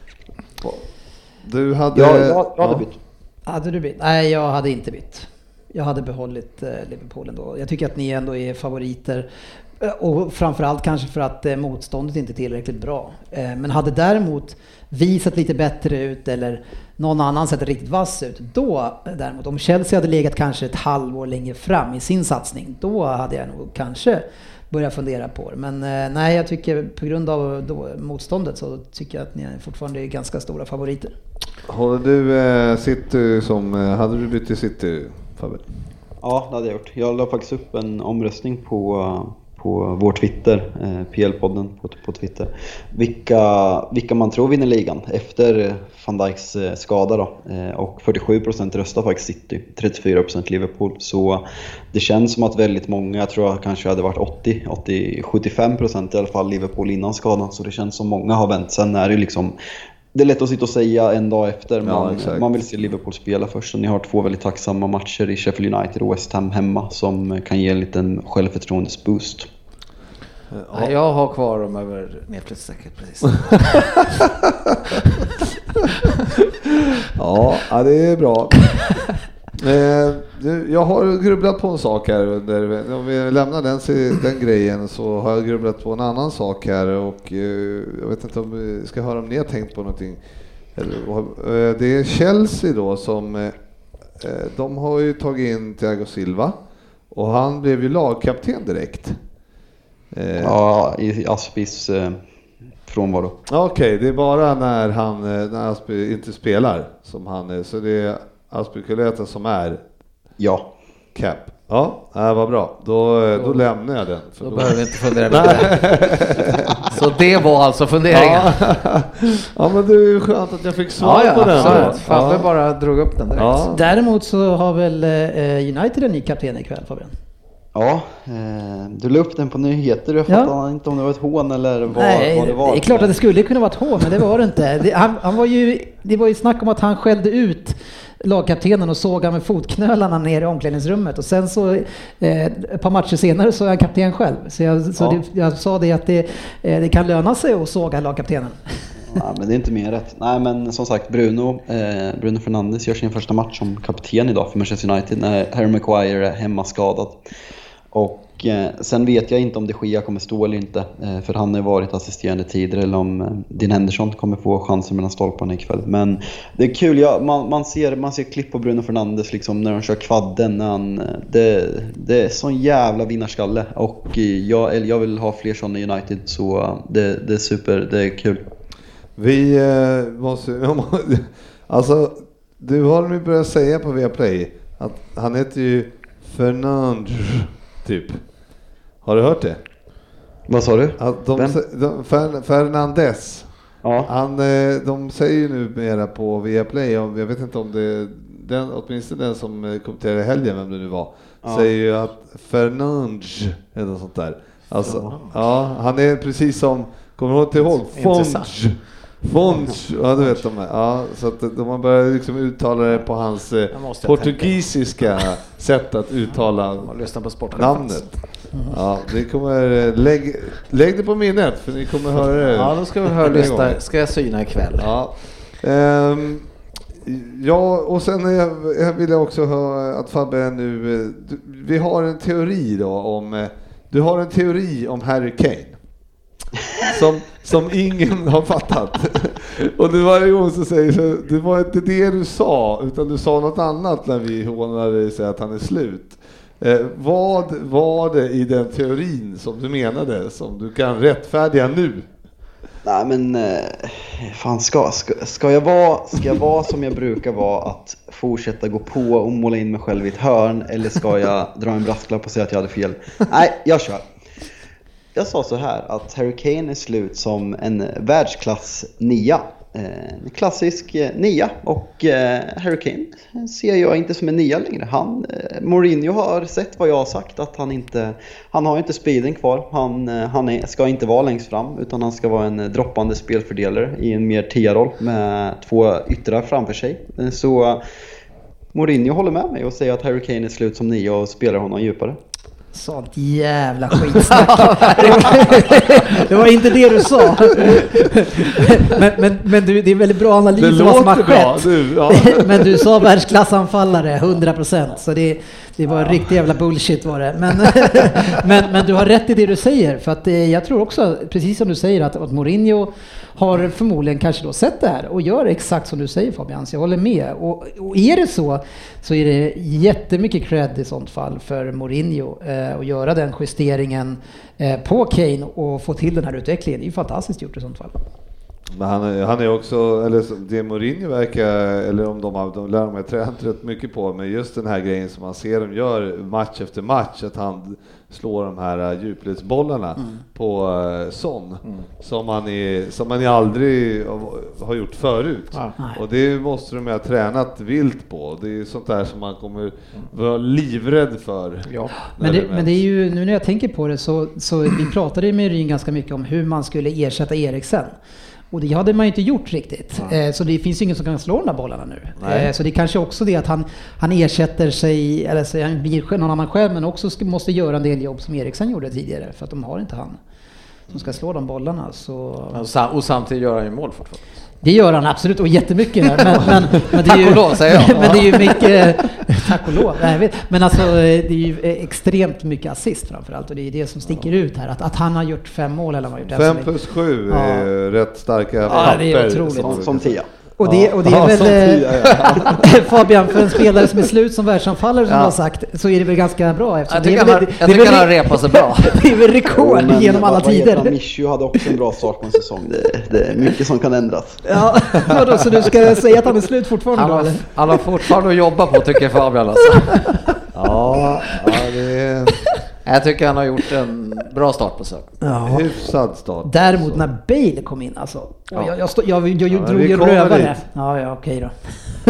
Du hade... Ja, jag, jag hade bytt. Hade du bytt? Nej, jag hade inte bytt. Jag hade behållit eh, Liverpool ändå. Jag tycker att ni ändå är favoriter. Och framförallt kanske för att eh, motståndet inte är tillräckligt bra. Eh, men hade däremot visat lite bättre ut eller någon annan sett riktigt vass ut, då däremot, om Chelsea hade legat kanske ett halvår längre fram i sin satsning, då hade jag nog kanske börjat fundera på det. Men eh, nej, jag tycker på grund av då, motståndet så tycker jag att ni är fortfarande är ganska stora favoriter. Håller du eh, City som, eh, hade du bytt till City, Fabian? Ja, det hade jag gjort. Jag la faktiskt upp en omröstning på... Uh... på vår Twitter, eh, P L-podden på, på Twitter, vilka, vilka man tror vinner ligan efter Van Dijks eh, skada då. Eh, och fyrtiosju procent röstar faktiskt City, trettiofyra procent Liverpool. Så det känns som att väldigt många, jag tror jag kanske hade varit åttio, åttio, sjuttiofem procent i alla fall Liverpool innan skadan. Så det känns som många har vänt. Sen är det liksom, det är lätt att sitta och säga en dag efter, man, ja, man vill se Liverpool spela först. Och ni har två väldigt tacksamma matcher i Sheffield United och West Ham hemma som kan ge en liten självförtroendesboost. Ja. Jag har kvar dem över nedflyttsträcket precis. ja, ja, det är bra. Jag har grubblat på en sak här. Där, om vi lämnar den, den grejen, så har jag grubblat på en annan sak här. Och jag vet inte om vi ska höra om ni har tänkt på någonting. Det är Chelsea då som... De har ju tagit in Thiago Silva. Och han blev ju lagkapten direkt. Ja, i Aspis frånvaro. Okej, okay, det är bara när han när Aspi inte spelar som han är. Så det är Aspikuläta som är ja. Cap. Ja, det var bra. Då, då, då lämnar jag den. För då, då behöver vi inte fundera vidare. Så det var alltså funderingen. Ja, ja men det är ju skönt att jag fick svar ja, ja, på den. Ja, Fabbe ja. bara drog upp den direkt. Ja. Däremot så har väl eh, United en ny kapten ikväll, Fabian? Ja, eh, du la upp den på nyheter. Jag fattar ja. inte om det var ett hån eller vad, Nej, vad det var. Det är klart att det skulle kunna vara ett hån, men det var det inte. Det, han, han var ju, det var ju snack om att han skällde ut lagkaptenen och såg han med fotknölarna ner i omklädningsrummet. Och sen så eh, ett par matcher senare så är han kapten själv. Så jag, så ja. det, jag sa det att det, eh, det kan löna sig att såga lagkaptenen. Ja, men det är inte mer rätt. Nej, men som sagt, Bruno, eh, Bruno Fernandes gör sin första match som kapten idag för Manchester United när Harry Maguire är hemma skadad. Och eh, sen vet jag inte om De Gea kommer stå eller inte, eh, för han har varit assisterande tidigare, eller om eh, Dean Henderson kommer få chansen mellan stolparna ikväll. Men det är kul, ja, man, man, ser, man ser klipp på Bruno Fernandes liksom, när de kör kvadden. När han, det, det är sån jävla vinnarskalle, och eh, jag, jag vill ha fler såna i United, så det, det är super, det är kul. Vi eh, måste, alltså du har nu börjat säga på Viaplay att han heter ju Fernandes typ. Har du hört det? Vad sa du? Att de, de, Fer, Fernandes. Ja. Han, de säger ju nu mera på Viaplay, jag vet inte om det den, åtminstone den som kommenterade helgen, vem det nu var, ja. säger ju att Fernandes eller något sånt där. Alltså, ja, han är precis som, kommer du inte ihåg? Fonch. Fonch, ja du vet de här. Ja, så att de har börjat liksom uttala det på hans portugisiska sätt att uttala på namnet. Mm. Ja, det kommer, lägg, lägg det på minnet för ni kommer höra det. Ja, då ska vi höra lyssna, ska jag syna ikväll. Ja. Um, ja, och sen jag vill jag också höra att Fabbe nu, vi har en teori då om, du har en teori om Harry Kane. Som, som ingen har fattat. Och det varje gång så säger så, det var inte det du sa, utan du sa något annat när vi hånade dig, säga att han är slut. Eh, vad var det i den teorin som du menade som du kan rättfärdiga nu? Nej men fan, ska, ska, ska, jag vara, ska jag vara som jag brukar vara, att fortsätta gå på och måla in mig själv i ett hörn, eller ska jag dra en brasklapp och säga att jag hade fel? Nej, jag kör. Jag sa så här, att Harry Kane är slut som en världsklass nia. En klassisk nia, och Harry Kane ser jag inte som en nia längre. Han, Mourinho har sett vad jag har sagt, att han inte, han har inte speeden kvar. Han, han är, ska inte vara längst fram, utan han ska vara en droppande spelfördelare i en mer tia-roll med två yttrar framför sig. Så Mourinho håller med mig och säger att Harry Kane är slut som nia och spelar honom djupare. Sånt jävla skitsnack. Det var inte det du sa. Men, men, men du, det är väldigt bra analys det vad som har skett. Du, ja. Men du sa världsklassanfallare hundra procent, så det, det var riktigt jävla bullshit var det. Men, men, men du har rätt i det du säger, för att jag tror också, precis som du säger, att, att Mourinho har förmodligen kanske då sett det här och gör exakt som du säger, Fabian, så jag håller med. Och, och är det så, så är det jättemycket cred i sånt fall för Mourinho eh, att göra den justeringen eh, på Kane och få till den här utvecklingen. Det är ju fantastiskt gjort i sånt fall. Men han, han är också, eller det Mourinho verkar, eller om de har, de lär de har tränat rätt mycket på, men just den här grejen som man ser dem gör match efter match, att han slår de här djupledsbollarna mm. på uh, Son mm. som man är, som man aldrig har gjort förut. Ja. Och det måste de ha tränat vilt på. Det är sånt där som man kommer vara livrädd för. Ja. Men, det, men det är ju, nu när jag tänker på det, så, så vi pratade ju med Ryn ganska mycket om hur man skulle ersätta Eriksen. Och det hade man ju inte gjort riktigt. Ja. Eh, så det finns ju ingen som kan slå de där bollarna nu. Eh, så det är kanske också det att han, han ersätter sig, eller så han blir någon annan själv, men också ska, måste göra en del jobb som Eriksen gjorde tidigare. För att de har inte han som ska slå de bollarna. Så... Och samtidigt gör han ju mål fortfarande. Det gör han absolut, och jättemycket där. Men, men, men det är ju, tack och lov, säger jag. Men det är ju mycket, tack och lov. Jag vet, men alltså det är ju extremt mycket assist framförallt, och det är det som sticker ut här. Att, att han har gjort fem mål eller vad han har gjort. Fem plus sju ja. är rätt starka ja, papper. Det är otroligt. Som, som tia. Och det, och det är ja, väl tia, ja. Fabian, för en spelare som är slut som världsanfallare som ja. har sagt, så är det väl ganska bra. Jag tycker han, jag tycker han har repat sig bra. Det är väl rekord oh, genom alla vad, tider. Vad Mischu hade också en bra start på en säsong. Det, det är mycket som kan ändras. Ja, vadå, så du ska säga att han är slut fortfarande han då, har, eller? Han har fortfarande att jobba på, tycker jag, Fabian alltså. Ja, ja det är... Jag tycker han har gjort en bra start på säsongen. Ja. Hyfsad start. Däremot när Bale kom in alltså. Ja. Jag, jag, stå, jag, jag, jag ja, drog ju rövare. Ja, ja, okej då.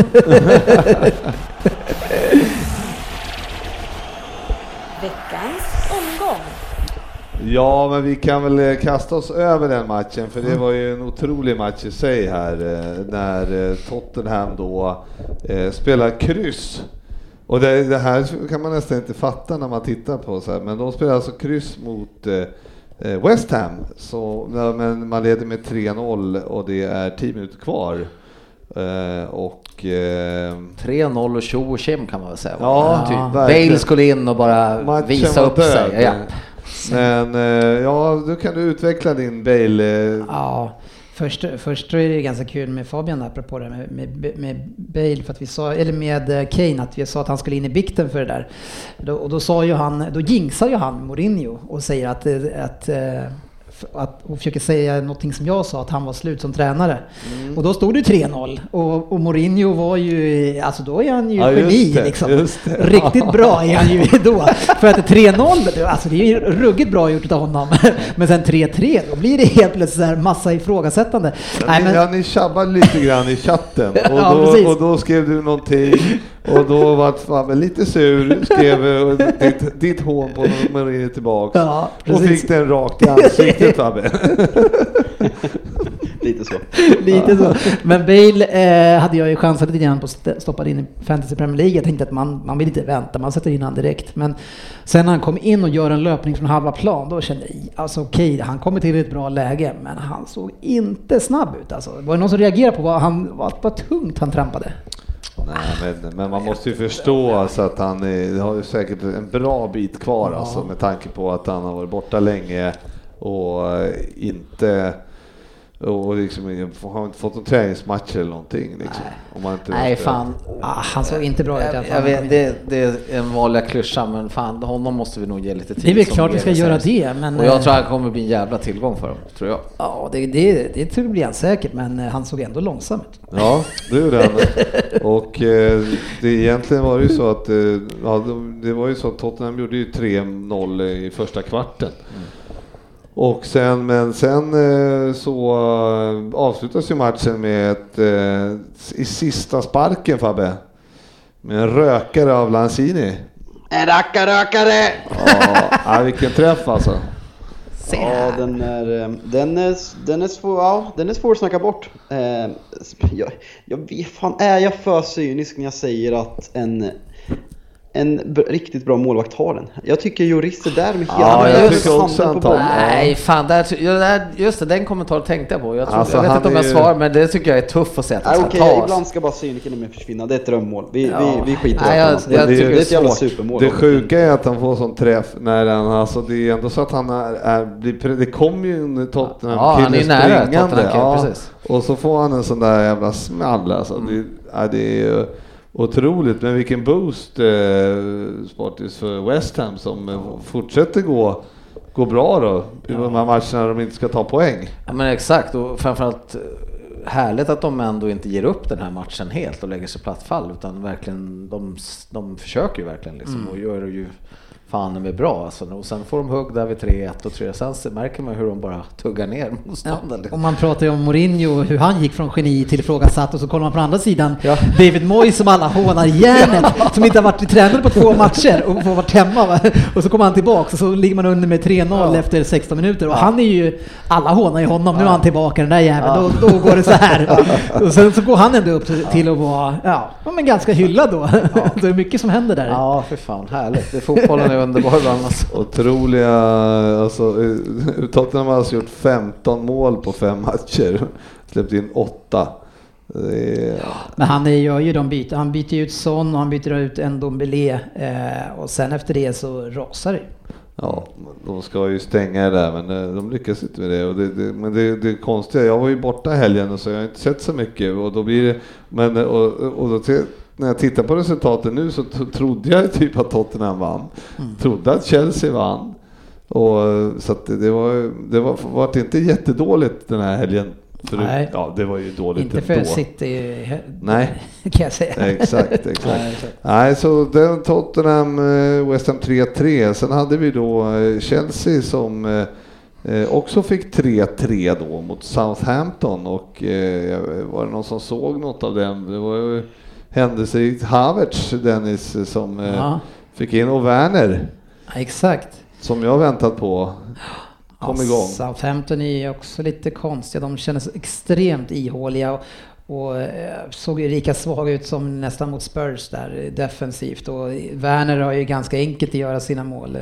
Veckans omgång. Ja, men vi kan väl kasta oss över den matchen, för det var ju en otrolig match i sig här när Tottenham då eh, spelar kryss. Och det, det här kan man nästan inte fatta när man tittar på så här, men de spelar alltså kryss mot eh, West Ham, så men man leder med tre noll och det är tio minuter kvar. Eh, och eh, tre noll och tjo och tjim kan man väl säga. Ja, typ. Bale skulle in och bara matchen visa upp död. sig. Ja. Men eh, ja, då kan du utveckla din Bale. Eh. Ja. Först, först är det ganska kul med Fabian apropå det med, med, med Bale, för att vi sa, eller med Kane, att vi sa att han skulle in i bikten för det där. Då, och då sa ju han, då jinxar ju han Mourinho och säger att, att att, och försöker säga någonting som jag sa, att han var slut som tränare. Mm. Och då stod det tre noll. Och, och Mourinho var ju, alltså då är han ju ja, geni det, liksom. Riktigt bra är han ju då. För att tre noll, alltså det är ju ruggigt bra gjort av honom. Men sen tre tre, då blir det helt plötsligt så här massa ifrågasättande. Ja, Nej, men... ja, ni tjabbade lite grann i chatten. Och, ja, då, och då skrev du någonting. Och då var fan lite sur, skrev ditt, ditt hån på Mourinho tillbaka. Ja, och fick den rakt i ansiktet, Fabbe. Lite så. Lite så. Men Bale eh, hade jag ju chansat lite grann på att stoppa in i Fantasy Premier League. Jag tänkte att man, man vill inte vänta, man sätter in han direkt. Men sen när han kom in och gör en löpning från halva plan, då kände jag, alltså okej, okay, han kommer till ett bra läge, men han såg inte snabb ut. Alltså. Var det någon som reagerade på vad, han, vad, vad tungt han trampade? Nej, men, men man måste ju förstå alltså att han är, har ju säkert en bra bit kvar, ja. Alltså, med tanke på att han har varit borta länge och inte och liksom har inte fått en träningsmatch eller någonting liksom. Nej, om man inte Nej fan, ah, han såg inte bra ut. Jag, jag vet, det, det är en vanliga klyscha, men fan, honom måste vi nog ge lite tid. Det är väl klart vi ska göra det, men och jag tror han kommer bli en jävla tillgång för dem, tror jag. Ja, det, det, det tror jag blir han säkert, men han såg ändå långsam ut. Ja, det gjorde han. Och eh, det egentligen var det ju så att eh, ja, det var ju så att Tottenham gjorde ju tre noll i första kvarten. Mm. Och sen, men sen så avslutas ju matchen med ett, i sista sparken, Fabbe, med en rökare av Lanzini. En rackarrökare! Ja, vilken träff alltså. Ja, den är, den är, den är svår, ja, den är svår att snacka bort. Jag, jag vet fan, är jag för cynisk när jag säger att en en b- riktigt bra målvakt har den. Jag tycker Lloris är där med hela ja, den jag tycker också handen på bollen. Nej, fan, där, just det, den kommentaren tänkte jag på. Jag, tror, alltså, jag vet inte om jag ju... svarar, men det tycker jag är tufft att säga att det ska okay, tas. Ibland ska bara cyniken med försvinna. Det är ett drömmål. Vi, ja. vi, vi skiter nej, jag, jag, det, jag det, det, det är ett jävla supermål. Det sjuka är att han får sån träff när han, alltså det är ändå så att han är, är blir, det kommer ju en Tottenham ja, han är nära Tottenham, ja, precis. Och så får han en sån där jävla smäll alltså. Mm. Det, ja, det är otroligt, men vilken boost eh, Sportis för West Ham som eh, fortsätter gå gå bra då i de här matcherna de inte ska ta poäng. Ja, men exakt, och framförallt härligt att de ändå inte ger upp den här matchen helt och lägger sig platt fall, utan verkligen de, de försöker ju verkligen liksom, mm. och gör det ju fan är bra alltså. Och sen får de hugg där vid tre ett och tre, sen märker man hur de bara tuggar ner motståndaren. Ja, och man pratar ju om Mourinho, hur han gick från geni till ifrågasatt, och så kollar man på andra sidan ja. David Moyes som alla hånar järnet, som inte har varit tränad på två matcher och får varit hemma, va? Och så kommer han tillbaka och så ligger man under med tre noll ja. efter sexton minuter, och ja. han är ju, alla hånar ju honom, nu är han tillbaka den där jäveln, ja. då, då går det så här. Och sen så går han ändå upp till, till att vara ja, men ganska hyllad då. Ja. Det är mycket som händer där. Ja, för fan, härligt. Det är fotbollen är underbar alltså. Otroliga, alltså Tottenham har alltså gjort femton mål på fem matcher, släppt in åtta. Är... Men han gör ju de byter, han byter ut Son och han byter ut Ndombele eh, och sen efter det så rasar det. Ja, de ska ju stänga det där, men de lyckas inte med det. Och det, det men det, det är konstigt, jag var ju borta helgen och så jag har inte sett så mycket, och då blir det, men och, och då till, när jag tittar på resultaten nu så t- trodde jag typ att Tottenham vann. Mm. Trodde att Chelsea vann. Och så att det, det var det var var inte jättedåligt den här helgen. För Nej. Det, ja, det var ju dåligt inte ändå. för City. Nej. Kan jag säga. Exakt, exakt. Nej, Nej, så den Tottenham West Ham tre tre. Sen hade vi då Chelsea som Eh, också fick tre tre då mot Southampton, och eh, var det någon som såg något av dem? Det var ju händelserikt Havertz, Dennis, som eh, ja. fick in, och Werner. Ja, exakt. Som jag väntat på kom ja, igång. Southampton är också lite konstiga. De kändes extremt ihåliga och, och eh, såg ju lika svaga ut som nästan mot Spurs där defensivt, och Werner har ju ganska enkelt att göra sina mål.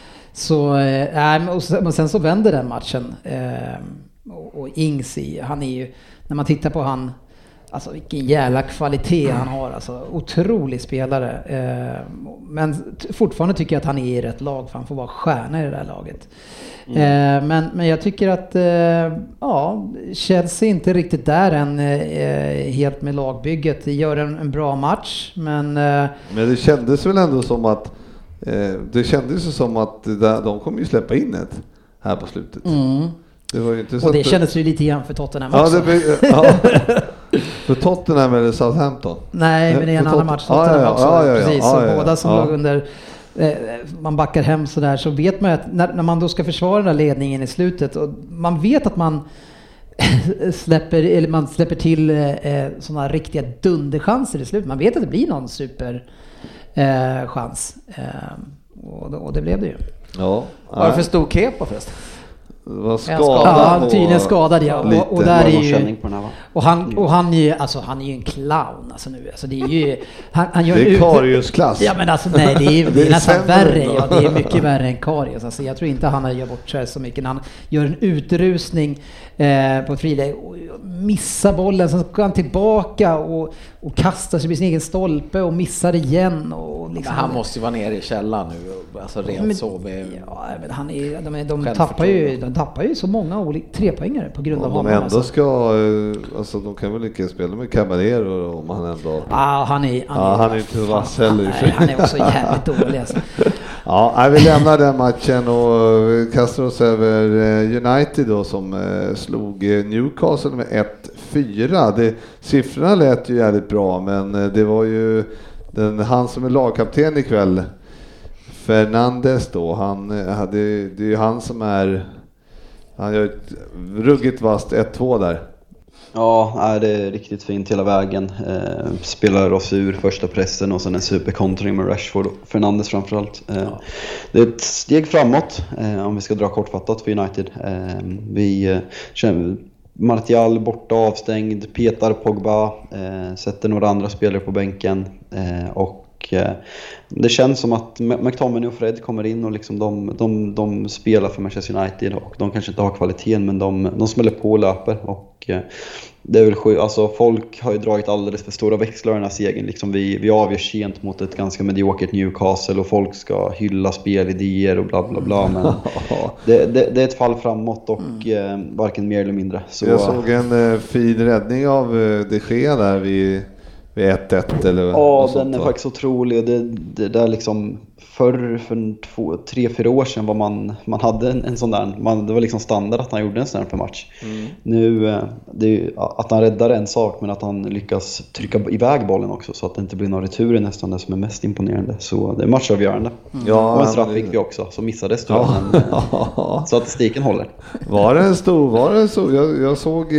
Så äh, och sen, och sen så vänder den matchen äh, och, och Ings i, han är ju, när man tittar på han, alltså vilken jävla kvalitet han har, alltså otrolig spelare, äh, men t- fortfarande tycker jag att han är i rätt lag, för han får vara stjärna i det där laget. Mm. Äh, men, men jag tycker att äh, ja, Chelsea är inte riktigt där än, äh, helt med lagbygget. Det gör en, en bra match, men äh, men det kändes väl ändå som att det kändes ju som att de kommer ju släppa in ett. här på slutet. Mm. Det var ju inte så och det att kändes ju lite grann för Tottenham ja, också. Det blir, ja. För Tottenham eller Southampton? Nej, men det är en annan match. Tottenham ja, ja, också. Ja, ja, ja. Precis, ja, ja, ja. båda som ja. låg under... Eh, man backar hem så där, så vet man att när, när man då ska försvara den där ledningen i slutet och man vet att man släpper, eller man släpper till eh, sådana riktiga dunderchanser i slutet. Man vet att det blir någon super eh, chans. Eh, och, och det blev det ju. Ja. Varför stod Kepa förresten? Var skadad. Ja, tydligen skadad, ja. Och, och där är ju, på den här, va? och han och han är ju alltså han är ju en clown alltså nu. Alltså det är ju han, han gör det är Karius-klass. Ja men alltså nej, det är, det är nästan värre. Ja, det är mycket värre än Karius. Alltså jag tror inte han gör bort sig så mycket när han gör en utrusning eh, på ett friläge och missar bollen, sen går han tillbaka och och kastar sig vid sin egen stolpe och missar igen och liksom, han måste ju vara nere i källan nu alltså rent men, så med, ja men han är de, de tappar ju de tappar ju så många olika trepoängare på grund av honom. De ändå alltså. ska alltså de kan väl inte spela med Caballero om han ändå ah, han är han är, ja, han är inte vass heller. Nej, han är också jävligt dålig alltså. Ja, vi lämnar den matchen och kastar oss över United då som slog Newcastle med ett fyra. Det, siffrorna lät ju jävligt bra, men det var ju den, han som är lagkapten ikväll, Fernandes då, han hade, det är ju han som är, han gör ett ruggigt vast ett två där. Ja, det är riktigt fint hela vägen. Eh, spelar oss ur första pressen och sen en superkontring med Rashford och Fernandes framförallt. Eh, ja. Det är ett steg framåt eh, om vi ska dra kortfattat för United. Eh, vi eh, känner Martial borta avstängd, petar Pogba, eh, sätter några andra spelare på bänken eh, och eh, det känns som att McTominay och Fred kommer in och liksom de, de, de spelar för Manchester United och de kanske inte har kvaliteten, men de, de smäller på och löper och eh, det är väl sju, alltså folk har ju dragit alldeles för stora växlar i den här segern. Liksom vi, vi avgör sent mot ett ganska mediokert Newcastle och folk ska hylla spelidéer och bla bla bla, men det, det, det är ett fall framåt och mm. eh, varken mer eller mindre. Så, jag såg en eh, fin räddning av eh, De Gea där vid, vid ett ett eller ja, den sånt, är va? faktiskt otrolig och det, det där liksom förr för två, tre, fyra år sedan var man, man hade en, en sån där, man, det var liksom standard att han gjorde en sån där per match. Mm. Nu, det är ju, att han räddar en sak, men att han lyckas trycka iväg bollen också så att det inte blir någon retur är nästan det som är mest imponerande. Så det är matchavgörande. Mm. Ja, och en straff fick vi också, så missades det. Ja. Men, så statistiken håller. Var det en stor, var det så? Jag, jag såg...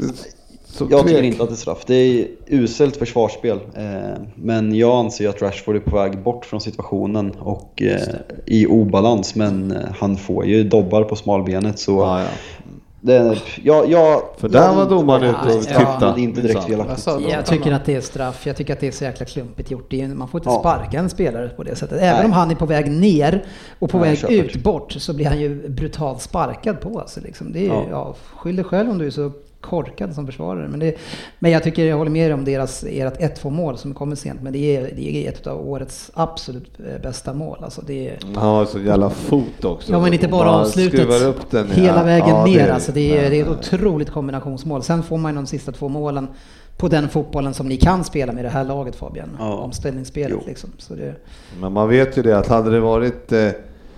Så jag tycker inte att det är straff. Det är uselt försvarsspel. Eh, men jag anser att Rashford är på väg bort från situationen och eh, i obalans. Men eh, han får ju dobbar på smalbenet. Så ja, ja. Det, ja, ja, för där var domaren ute och tittade. Ja, det är inte direkt felaktigt. Jag tycker att det är straff. Jag tycker att det är så jäkla klumpigt gjort. Man får inte ja. sparka en spelare på det sättet. Även Nej. om han är på väg ner och på Nej, väg ut bort, så blir han ju brutalt sparkad på. Alltså, liksom. Det är, ja. Ja, skyll dig själv om du är så korkad som försvarare, men, det, men jag tycker jag håller med om deras ert ett två mål som kommer sent, men det är, det är ett av årets absolut bästa mål. Alltså det är, ja, så jävla fot också. Ja, men inte bara avslutet upp den, hela ja. vägen ja, ner. Det, alltså det, är, det är ett otroligt kombinationsmål. Sen får man de sista två målen på den fotbollen som ni kan spela med det här laget, Fabian. Ja. Omställningsspelet liksom. Så det... Men man vet ju det att hade det varit eh,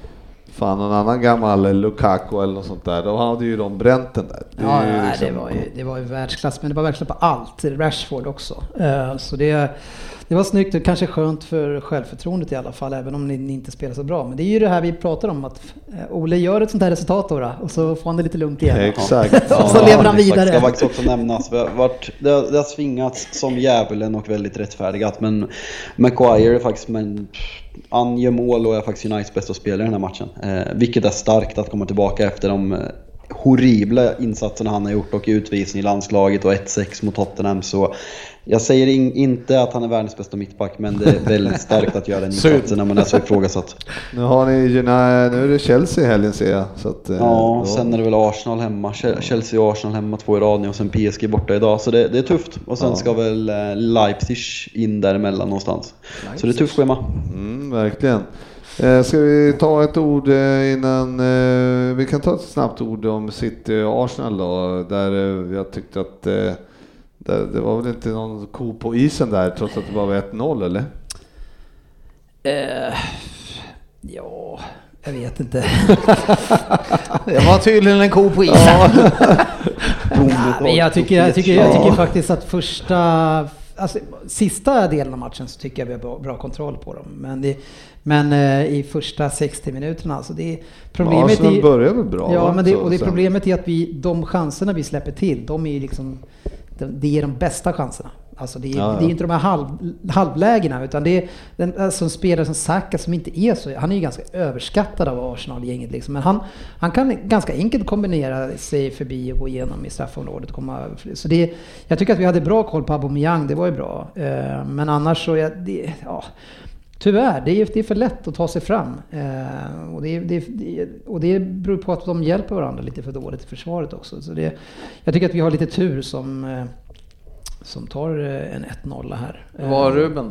fan någon annan gammal Lukaku eller något sånt där, då hade ju de bränt den där. Det, ja, ja, liksom... det, var ju, det var ju världsklass, men det var verkligen på allt. Rashford också. Uh, så det, det var snyggt och kanske skönt för självförtroendet i alla fall, även om ni, ni inte spelar så bra. Men det är ju det här vi pratar om, att uh, Ole gör ett sånt här resultat då, då och så får han det lite lugnt igen. Exakt. och så ja, lever han vidare. Det ska faktiskt också nämnas. Vart, det, har, det har svingats som djävulen och väldigt rättfärdigat, men Maguire är faktiskt... Men, han gör mål och är faktiskt Uniteds bästa spelare i den här matchen. Eh, vilket är starkt att komma tillbaka efter de eh, horribla insatserna han har gjort och utvisning i landslaget och ett sex mot Tottenham. Så jag säger in, inte att han är världens bästa mittback, men det är väldigt starkt att göra den insatsen när man är så ifrågasatt. Nu har ni nu är det Chelsea i helgen, ser jag. Så att, ja, då... sen är det väl Arsenal hemma. Chelsea och Arsenal hemma två i rad och sen P S G borta idag. Så det, det är tufft. Och sen ja. ska väl Leipzig in däremellan någonstans. Leipzig. Så det är tufft schema. Mm, verkligen. Eh, ska vi ta ett ord eh, innan eh, vi kan ta ett snabbt ord om City och Arsenal då, där eh, jag tyckte att eh, det, det var väl inte någon ko på isen där trots att det bara var ett noll, eller? Eh, ja, Jag vet inte. Det var tydligen en ko på isen. Ja, men jag tycker, jag tycker, jag tycker faktiskt att första, alltså, sista delen av matchen så tycker jag vi har bra, bra kontroll på dem. Men, det, men eh, i första sextio minuterna, alltså det problemet ja, är, börjar väl bra. Ja, men det, så, och det sen. problemet är att vi, de chanserna vi släpper till, de är ju liksom, de, det är de bästa chanserna. Alltså det är, ja, ja. det är inte de här halv, halvlägena, utan det är den, alltså en spelare som Saka som inte är så, han är ju ganska överskattad av Arsenal-gänget liksom, men han, han kan ganska enkelt kombinera sig förbi och gå igenom i straffområdet. Komma, så det, jag tycker att vi hade bra koll på Aubameyang, det var ju bra. Eh, men annars så, ja, det, ja, tyvärr, det är, det är för lätt att ta sig fram. Eh, och, det, det, det, och det beror på att de hjälper varandra lite för dåligt i försvaret också. Så det, jag tycker att vi har lite tur som... Eh, som tar en ett noll här. Vad var Ruben då?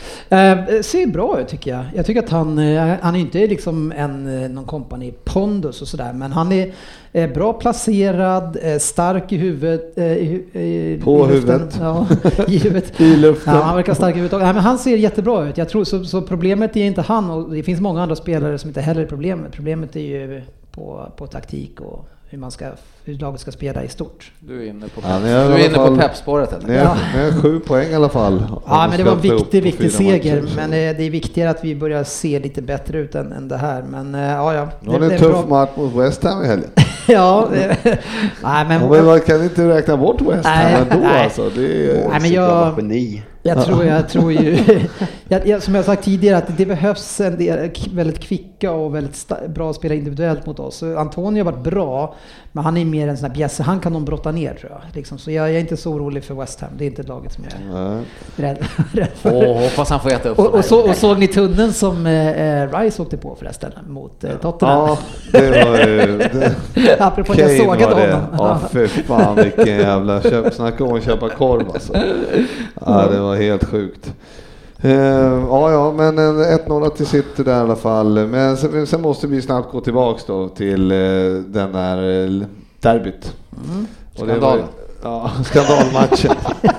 Eh, ser bra ut tycker jag. Jag tycker att han, eh, han är inte liksom en, någon kompani pondus och sådär, men han är eh, bra placerad, eh, stark i huvudet. Eh, i, i, På i huvudet. Ja, i huvudet. I luften. Ja, han verkar stark i huvudet. Nej, men han ser jättebra ut. Jag tror, så, så problemet är inte han, och det finns många andra spelare som inte heller är problemet. Problemet är ju på, på taktik och hur man ska, hur laget ska spela i stort. Du är inne på, ja, du är inne på peppspåret eller? Ni har, ni har sju poäng i alla fall. Ja, men det var en viktig, viktig seger. matcher, men det är viktigare att vi börjar se lite bättre ut än, än det här. Men ja, ja. Nu har ni en tuff match mot West Ham i helgen. Ja, nej, men... Ja, men man kan inte räkna bort West Ham nej, ändå nej. alltså. Det är... Nej, men jag... geni. Jag tror, jag tror ju, jag, jag, som jag sagt tidigare, att det behövs en del väldigt kvicka och väldigt sta- bra spelare individuellt mot oss. Så Antonio har varit bra, men han är mer en sån här bjässe. Han kan de brotta ner tror jag. Liksom. Så jag, jag är inte så orolig för West Ham. Det är inte laget som jag är rädd, rädd för. Åh, hoppas han får äta upp. Och, och, så, och såg ni tunneln som eh, Rice åkte på förresten mot eh, Tottenham? Ja, det var ju... Det... Apropå att jag sågade honom. Ja, för fan vilken jävla köp. Snacka om att köpa korv alltså. Ja, det var helt sjukt. Uh, ja, ja, men en ett noll till City där i alla fall. Men sen, sen måste vi snabbt gå tillbaks då till uh, den där uh, derbyt. Mm. Och det var, ja, skandalmatchen.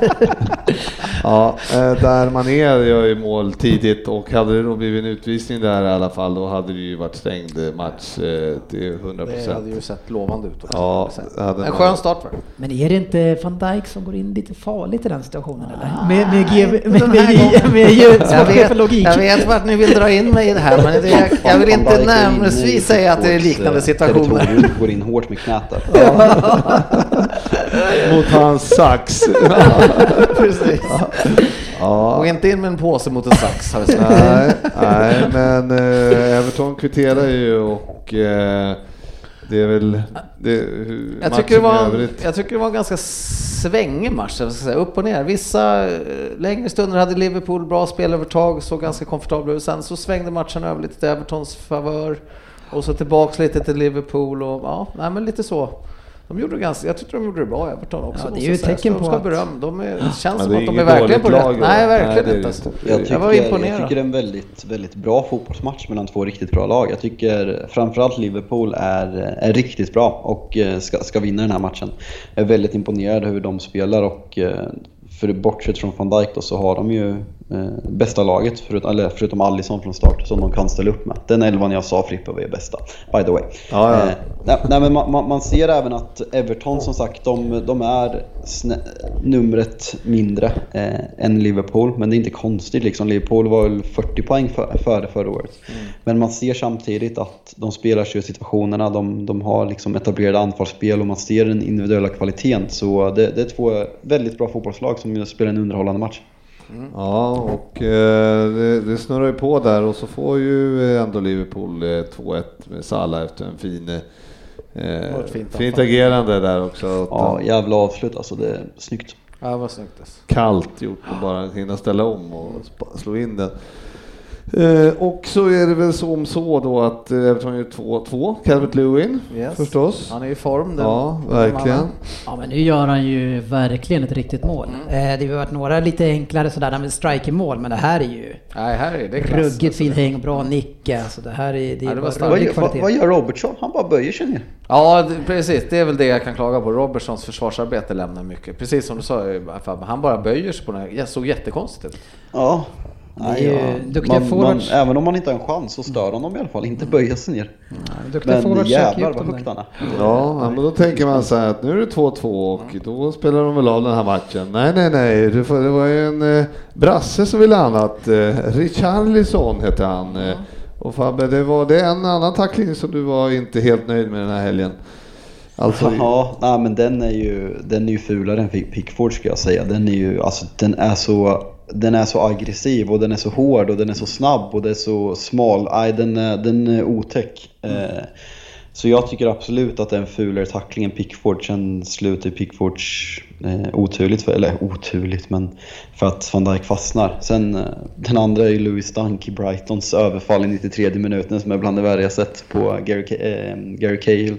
Ja, där Mané gör ju mål tidigt, och hade det då blivit en utvisning där i alla fall, då hade det ju varit stängd match till hundra procent. Det hade ju sett lovande ut också. Ja, en skön start för. Men är det inte Van Dijk som går in lite farligt i den situationen eller? Med med med med, med, med jag, vet, logik. Jag vet vart ni vill dra in mig i det här, men det, jag vill inte närmast säga att det är liknande situationer. Du går in hårt med knät där. Mot hans sax. Precis. Ja. Och inte in med en påse mot en sax. Har vi nej, nej, men eh, Everton kvitterar ju, och eh, det är väl det, jag, tycker det var, jag tycker det var en ganska svängig match, jag ska säga, upp och ner. Vissa eh, längre stunder hade Liverpool bra spelövertag, så ganska komfortabla ut. Sen så svängde matchen över lite till Evertons favör, och så tillbaks lite till Liverpool, och ja, nej, men lite så. De gjorde ganska, jag tyckte de gjorde det bra i Everton också. Ja, det är ju ett tecken på att beröm. De är, känns ja, som att de är verkligen på rätt. Nej, verkligen nej, inte. Alltså. Jag, tycker, jag var imponerad. Jag tycker det är en väldigt, väldigt bra fotbollsmatch mellan två riktigt bra lag. Jag tycker framförallt Liverpool är, är riktigt bra och ska, ska vinna den här matchen. Jag är väldigt imponerad hur de spelar, och för bortsett från Van Dijk då, så har de ju eh, bästa laget förut, eller förutom Alisson från start som de kan ställa upp med. Den elvan jag sa Frippe var är bästa, by the way. Ja, ja. Eh, nej, nej, men man, man ser även att Everton som sagt, de, de är snä- numret mindre eh, än Liverpool, men det är inte konstigt liksom. Liverpool var väl fyrtio poäng före för, förra året. Mm. Men man ser samtidigt att de spelar sig i situationerna, de, de har liksom etablerade anfallsspel, och man ser den individuella kvaliteten. Så det, det är två väldigt bra fotbollslag som spelar en underhållande match. Mm. Ja, och eh, det, det snurrar ju på där, och så får ju ändå Liverpool eh, två ett med Salah efter en fin eh, fint, fint agerande där också. Ja, jävla avslut alltså, det är snyggt. Ja, det var snyggt. Kallt gjort att bara hinna ställa om och slå in den. Eh, och så är det väl som så då att Everton gör två två. Calvert-Lewin, yes. Förstås. Han är i form. Den, ja, verkligen. Ja, men nu gör han ju verkligen ett riktigt mål. Mm. Eh, det har varit några lite enklare sådär, med striker-mål, men det här är ju Nej, här är det ruggigt fin häng och bra nick. Alltså, det här är, det är ja, det vad, vad, vad gör Robertson? Han bara böjer sig ner. Ja, det, precis. Det är väl det jag kan klaga på. Robertsons försvarsarbete lämnar mycket. Precis som du sa, han bara böjer sig på den här. Jag såg jättekonstigt ut. Ja. Nej, ja. man, man, även om man inte har en chans så stör honom i alla fall, inte böja sig ner. Ja, men jävlar vad högt han är. Ja, men då tänker man så här att nu är det två två och då spelar de väl av den här matchen. Nej, nej, nej, det var ju en eh, brasse som ville annat. Eh, Richarlison heter han. Eh, och Fabbe, det var det en annan tackling som du var inte helt nöjd med den här helgen. Alltså, ja, nej, men den är ju den är ju fulare än Pickford, ska jag säga. Den är ju alltså den är så den är så aggressiv och den är så hård och den är så snabb och det är så smal. Nej, den är, den är otäck. Mm. Eh, så jag tycker absolut att det är en fulare tackling än Pickford. Sen slutar Pickfords eh, oturligt för, eller oturligt men för att Van Dijk fastnar. Sen eh, den andra är ju Louis Dunk i Brightons överfall i nittiotredje minuten som är bland det värre jag sett på Gary, eh, Gary Cahill.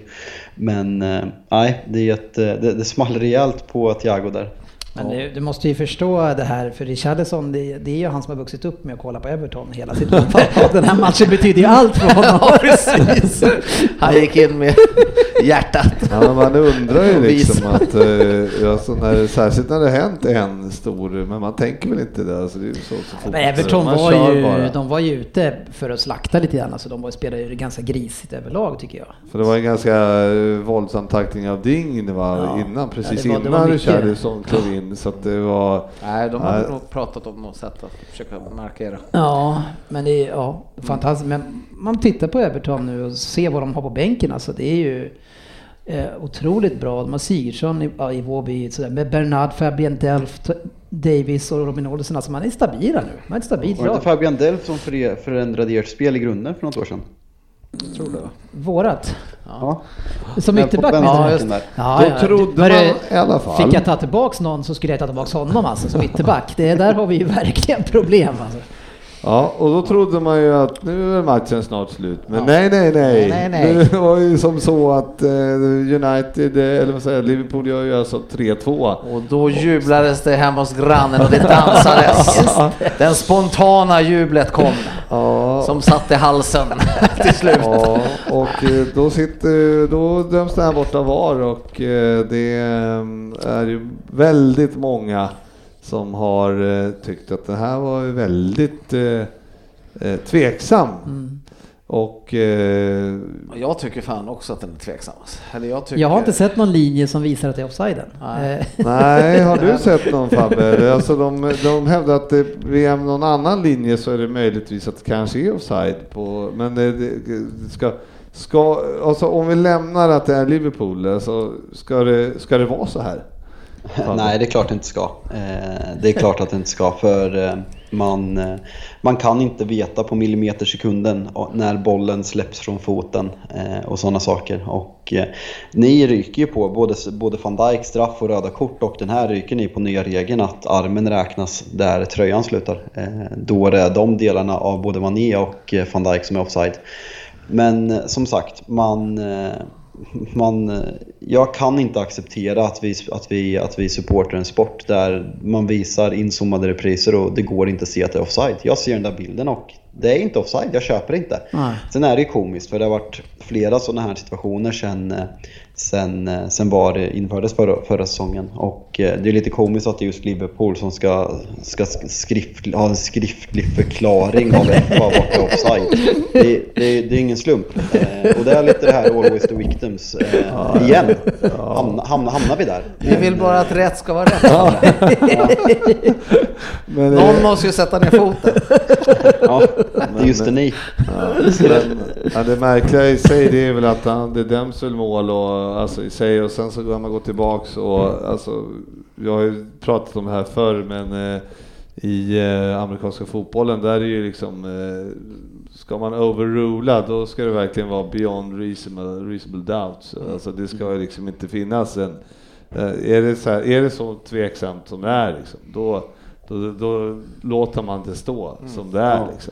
Men eh, nej, det, är ett, det, det small rejält på Thiago där. Men du, du måste ju förstå det här, för Richarlison, det, det är ju han som har vuxit upp med att kolla på Everton hela sitt liv. Den här matchen betyder ju allt för honom. Ja, precis. Han gick in med hjärtat. Ja, men man undrar ju liksom att, eh, alltså när, särskilt när det hänt en stor, men man tänker väl inte det. Alltså det är ju så, så men Everton var ju, de var ju ute för att slakta lite grann, alltså de spelade ju ganska grisigt överlag tycker jag. För det var en ganska våldsam tackling av Ding va, ja. innan, precis ja, det var, innan Richarlison klev in. Så att det var... Nej, de har nog pratat om något sätt att försöka markera. Ja, men det är ja, fantastiskt. Men man tittar på Everton nu och ser vad de har på bänken. Alltså, det är ju eh, otroligt bra. De har Sigurdsson i, ja, i Vårby, med Bernard, Fabian Delft, Davis och Robin Olsen. Alltså man är stabila nu. Man är ett stabilt lag. Var det inte Fabian Delft som förändrade ert spel i grunden för något år sedan? Jag tror det. Vårat. Ja. Som ytterback med ja, ja, ja, då trodde man det, i alla fall. Fick jag ta tillbaks någon så skulle jag ta tillbaks honom alltså, som ytterback. Det där har vi ju verkligen problem alltså. Ja, och då trodde man ju att nu är matchen snart slut. Men ja. nej, nej, nej. nej, nej. Det var ju som så att uh, United, eller vad säger jag, Liverpool gör ju alltså tre två. Och då jublades det hemma hos grannen och det dansades. Den spontana jublet kom. Ja. Som satte halsen till slut. Ja, och då, sitter, då döms det här borta var och det är ju väldigt många som har eh, tyckt att det här var väldigt eh, tveksam. Mm. Och eh, jag tycker fan också att den är tveksam. Eller jag, tycker... jag har inte sett någon linje som visar att det är offsiden. Nej, Nej har du sett någon, Fabbe? Alltså de, de hävdar att det via någon annan linje så är det möjligtvis att det kanske är offside på, men det, det ska ska alltså om vi lämnar att det är Liverpool, alltså ska det ska det vara så här? Nej, det är klart det inte ska. Det är klart att det inte ska, för man, man kan inte veta på millimetersekunden när bollen släpps från foten och sådana saker. Och ni ryker ju på både, både Van Dijk straff och röda kort, och den här ryker ni på nya regeln att armen räknas där tröjan slutar. Då är det de delarna av både Mané och Van Dijk som är offside. Men som sagt, man... Man, jag kan inte acceptera att vi, att, vi, att vi supportar en sport där man visar inzoomade repriser och det går inte att se att det är offside. Jag ser den där bilden och det är inte offside, jag köper inte. Nej. Sen är det komiskt, för det har varit flera sådana här situationer sen, sen, sen var det infördes förra, förra säsongen. Och det är lite komiskt att det är just Liverpool som ska, ska skrift, ha en skriftlig förklaring av F A vart det är offside. Det, det, det är ingen slump. Och det är lite det här always the victims eh, igen. Hamna, hamna, hamnar vi där. Vi vill bara att rätt ska vara rätt. Ja. Men någon det... måste ju sätta ner foten. Ja, det är just det ni. Ja, men, ja, det märkliga i sig det är väl att han, det döms väl mål och, alltså, i sig, och sen så går man gå tillbaks och alltså, jag har ju pratat om det här förr, men eh, i eh, amerikanska fotbollen där är det ju liksom eh, ska man overrula, då ska det verkligen vara beyond reasonable, reasonable doubts. Alltså det ska liksom inte finnas en eh, är det så här, är det så tveksamt som det är liksom, då Då, då låter man det stå mm. som det är liksom.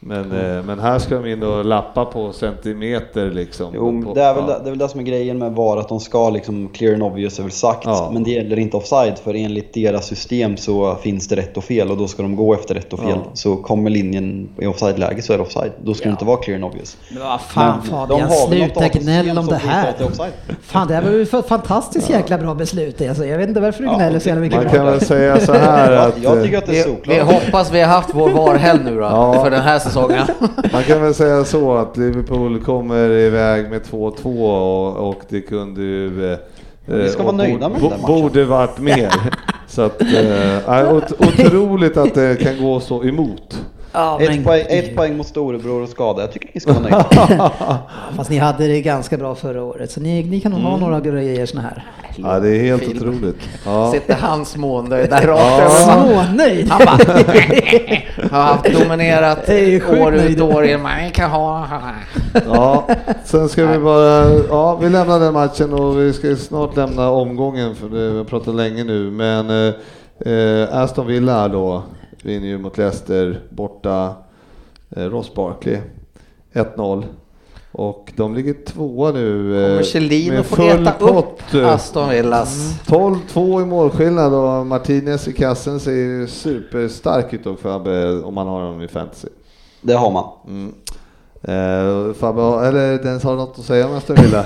Men, mm. men här ska de in och lappa på centimeter liksom. Jo, på, det, är väl, ja. det är väl det som är grejen med V A R, att de ska liksom clear and obvious är väl sagt, ja. Men det gäller inte offside, för enligt deras system så finns det rätt och fel och då ska de gå efter rätt och fel. Ja. Så kommer linjen i offside-läge så är det offside. Då ska ja. det inte vara clear and obvious. Men vad fan, men Fabian, sluta gnäll om det här. Fan, det här var ju ett fantastiskt ja. jäkla bra beslut. Alltså, jag vet inte varför du ja, gnäller så jävla mycket. Man kan väl säga så här att... Jag tycker att det är såklart. Vi, vi hoppas vi har haft vår V A R-helg nu då, ja. för den här säsongen. Man kan väl säga så att Liverpool kommer iväg med två två och, och det kunde ju... Eh, vi ska vara nöjda med bo, den matchen. Borde varit mer. Så att, eh, ot, otroligt att det kan gå så emot. Ja, ett, men... poäng, ett poäng mot storebror och skada. Jag tycker ni ska vara nöjda. Fast ni hade det ganska bra förra året, så ni, ni kan nog mm. ha några grejer såna här. Ja, det är helt Film. otroligt. Ja. Sitter han smånöjd där rakt ja. Smånöjd? Han bara, har haft dominerat år ut år in. Man kan ha... Ja, sen ska vi bara... Ja, vi lämnar den matchen och vi ska snart lämna omgången, för vi har pratat länge nu. Men eh, Aston Villa då vinner ju mot Leicester borta, eh, Ross Barkley ett noll. Och de ligger tvåa nu eh, med full får äta upp Aston Villas. tolv två i målskillnad och Martinez i kassen ser ju superstark ut för om man har dem i fantasy. Det har man. Mm. Eh, Fabbe, eller den har något att säga om Aston Villa.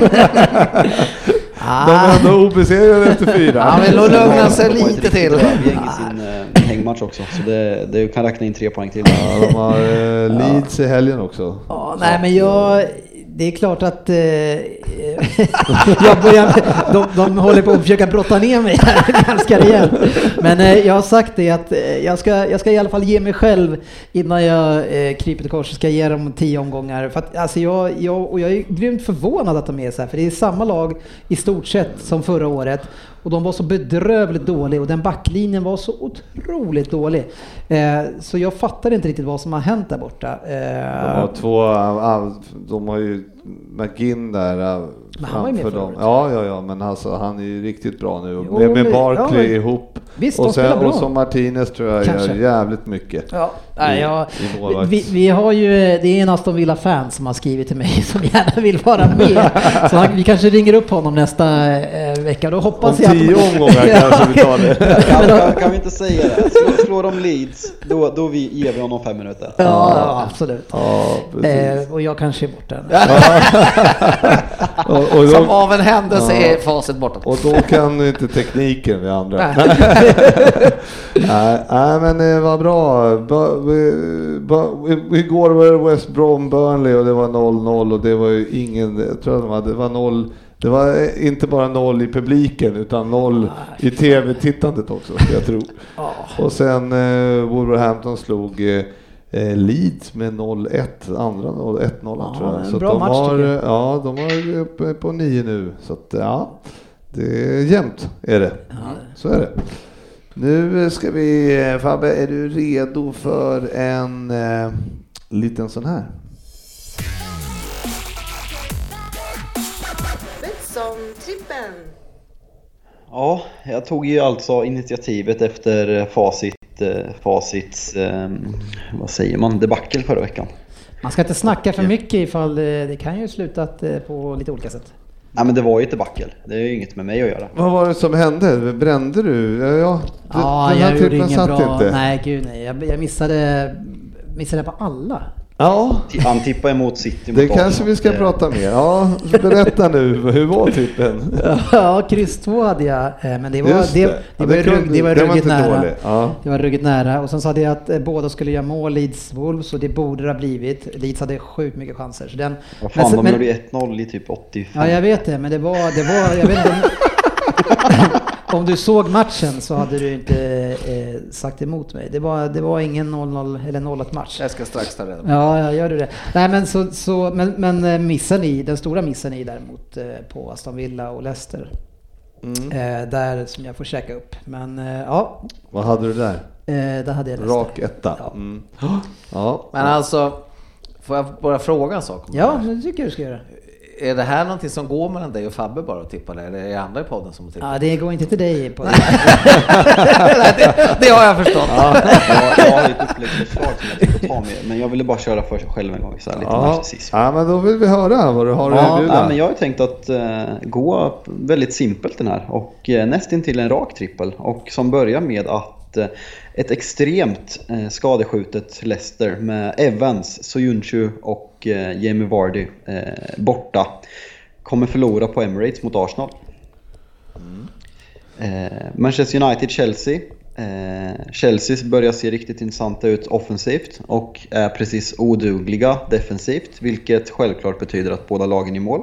Ah. De är ändå obesegrade efter fyra. Han vill nog lugna sig lite till. Vi har sin uh, hängmatch också, så det, det kan räkna in tre poäng till. Ja, de har uh, Leeds i helgen också. Ja, nej, men jag... Det är klart att eh, jag börjar, de, de håller på att försöka brotta ner mig här ganska rejält. Men eh, jag har sagt det att eh, jag, ska, jag ska i alla fall ge mig själv innan jag eh, kryper till kors, ska ge dem tio omgångar. För att, alltså jag, jag, och jag är grymt förvånad att de är så här, för det är samma lag i stort sett som förra året. Och de var så bedrövligt dåliga och den backlinjen var så otroligt dålig. Eh, så jag fattar inte riktigt vad som har hänt där borta. Eh, de har två, de har ju McGinn där framför dem. Ja, ja, ja, men alltså, han är ju riktigt bra nu. Jo, med, med Barkley ja, ihop. Visst, och sen och som Martinez tror jag Kanske. gör jävligt mycket. Ja. I, ja, i vi, vi har ju, det är en Aston Villa-fan som har skrivit till mig som gärna vill vara med. Så han, vi kanske ringer upp honom nästa eh, vecka. Då hoppas Om jag tio att... omgångar kanske vi tar det. Kan, kan, kan vi inte säga det? Slå, slår de Leeds, då, då vi ger vi honom fem minuter. Ja, ja absolut. Ja, eh, och jag kanske är borta. och, och då, som av en händelse ja, är facit borta. Och då kan inte tekniken vi andra. Nej, nej, men det var bra. Igår var det West Brom Burnley och det var noll noll och det var ju ingen, jag tror att de hade, det var noll. Det var inte bara noll i publiken utan noll i tv-tittandet också, jag tror. Och sen eh, Wolverhampton slog eh, Leeds med noll ett, andra noll ett noll ja, tror jag. Så de match, har ja, de har uppe på nio nu, så att ja, det är jämnt är det. Ja. Så är det. Nu ska vi, Fabbe, är du redo för en eh, liten sån här? Betsson-trippen. Ja, jag tog ju alltså initiativet efter facit, facits, eh, vad säger man, debacle förra veckan. Man ska inte snacka för mycket ifall det, det kan ju sluta på lite olika sätt. Nej, men det var ju ett debacle. Det är ju inget med mig att göra. Vad var det som hände? Brände du? Ja, ja, det, ja den här jag gjorde ingen bra. Inte. Nej, gud nej. Jag, jag missade, missade på alla. Ja. Han tippade emot City. Det kanske vi ska det... prata mer. Ja, berätta nu. Hur var tippen? Ja, kryss två hade jag. Men det var, det. Det, det, ja, det, var, rugg, det var ruggigt nära. Ja. Det var ruggigt nära. Och sen sa det att båda skulle göra mål, Leeds Wolves, och det borde det ha blivit. Leeds hade sjukt mycket chanser. Så den, vad fan, men, de men, gjorde ett noll i typ åttiofem. Ja, jag vet det. Men det var... Det var jag vet inte, om du såg matchen så hade du inte eh, sagt emot mig. Det var, det var ingen noll noll eller noll ett match. Jag ska strax ta reda på. Ja, jag gör du det. Nej, men, så, så, men, men missen ni, den stora missen är däremot eh, på Aston Villa och Leicester. Mm. Eh, där som jag får käka upp. Men eh, ja. Vad hade du där? Eh, där hade jag Leicester. Rak etta. Ja. Mm. Ja. Men alltså, får jag bara fråga en sak? Ja, det tycker jag du ska göra. är det här någonting som går mellan dig och Fabbe bara att tippa det? Eller är det andra i podden som tippar? Ja, det går inte till dig på det. det, det har jag förstått. Ja, jag, jag har ett uppläggsförslag som jag tänkte ta med, men jag ville bara köra för sig själv en gång. Så här, lite Ja. narcissism. Ja, men då vill vi höra vad du har att Ja, erbjuda. ja, men jag har tänkt att uh, gå väldigt simpelt den här och uh, nästan till en rak trippel, och som börjar med att uh, ett extremt uh, skadeskjutet Leicester med Evans, Soyuncu och uh, Jamie Vardy uh, borta kommer förlora på Emirates mot Arsenal. Mm. Uh, Manchester United-Chelsea. Uh, Chelsea börjar se riktigt intressanta ut offensivt och är precis odugliga defensivt, vilket självklart betyder att båda lagen är i mål.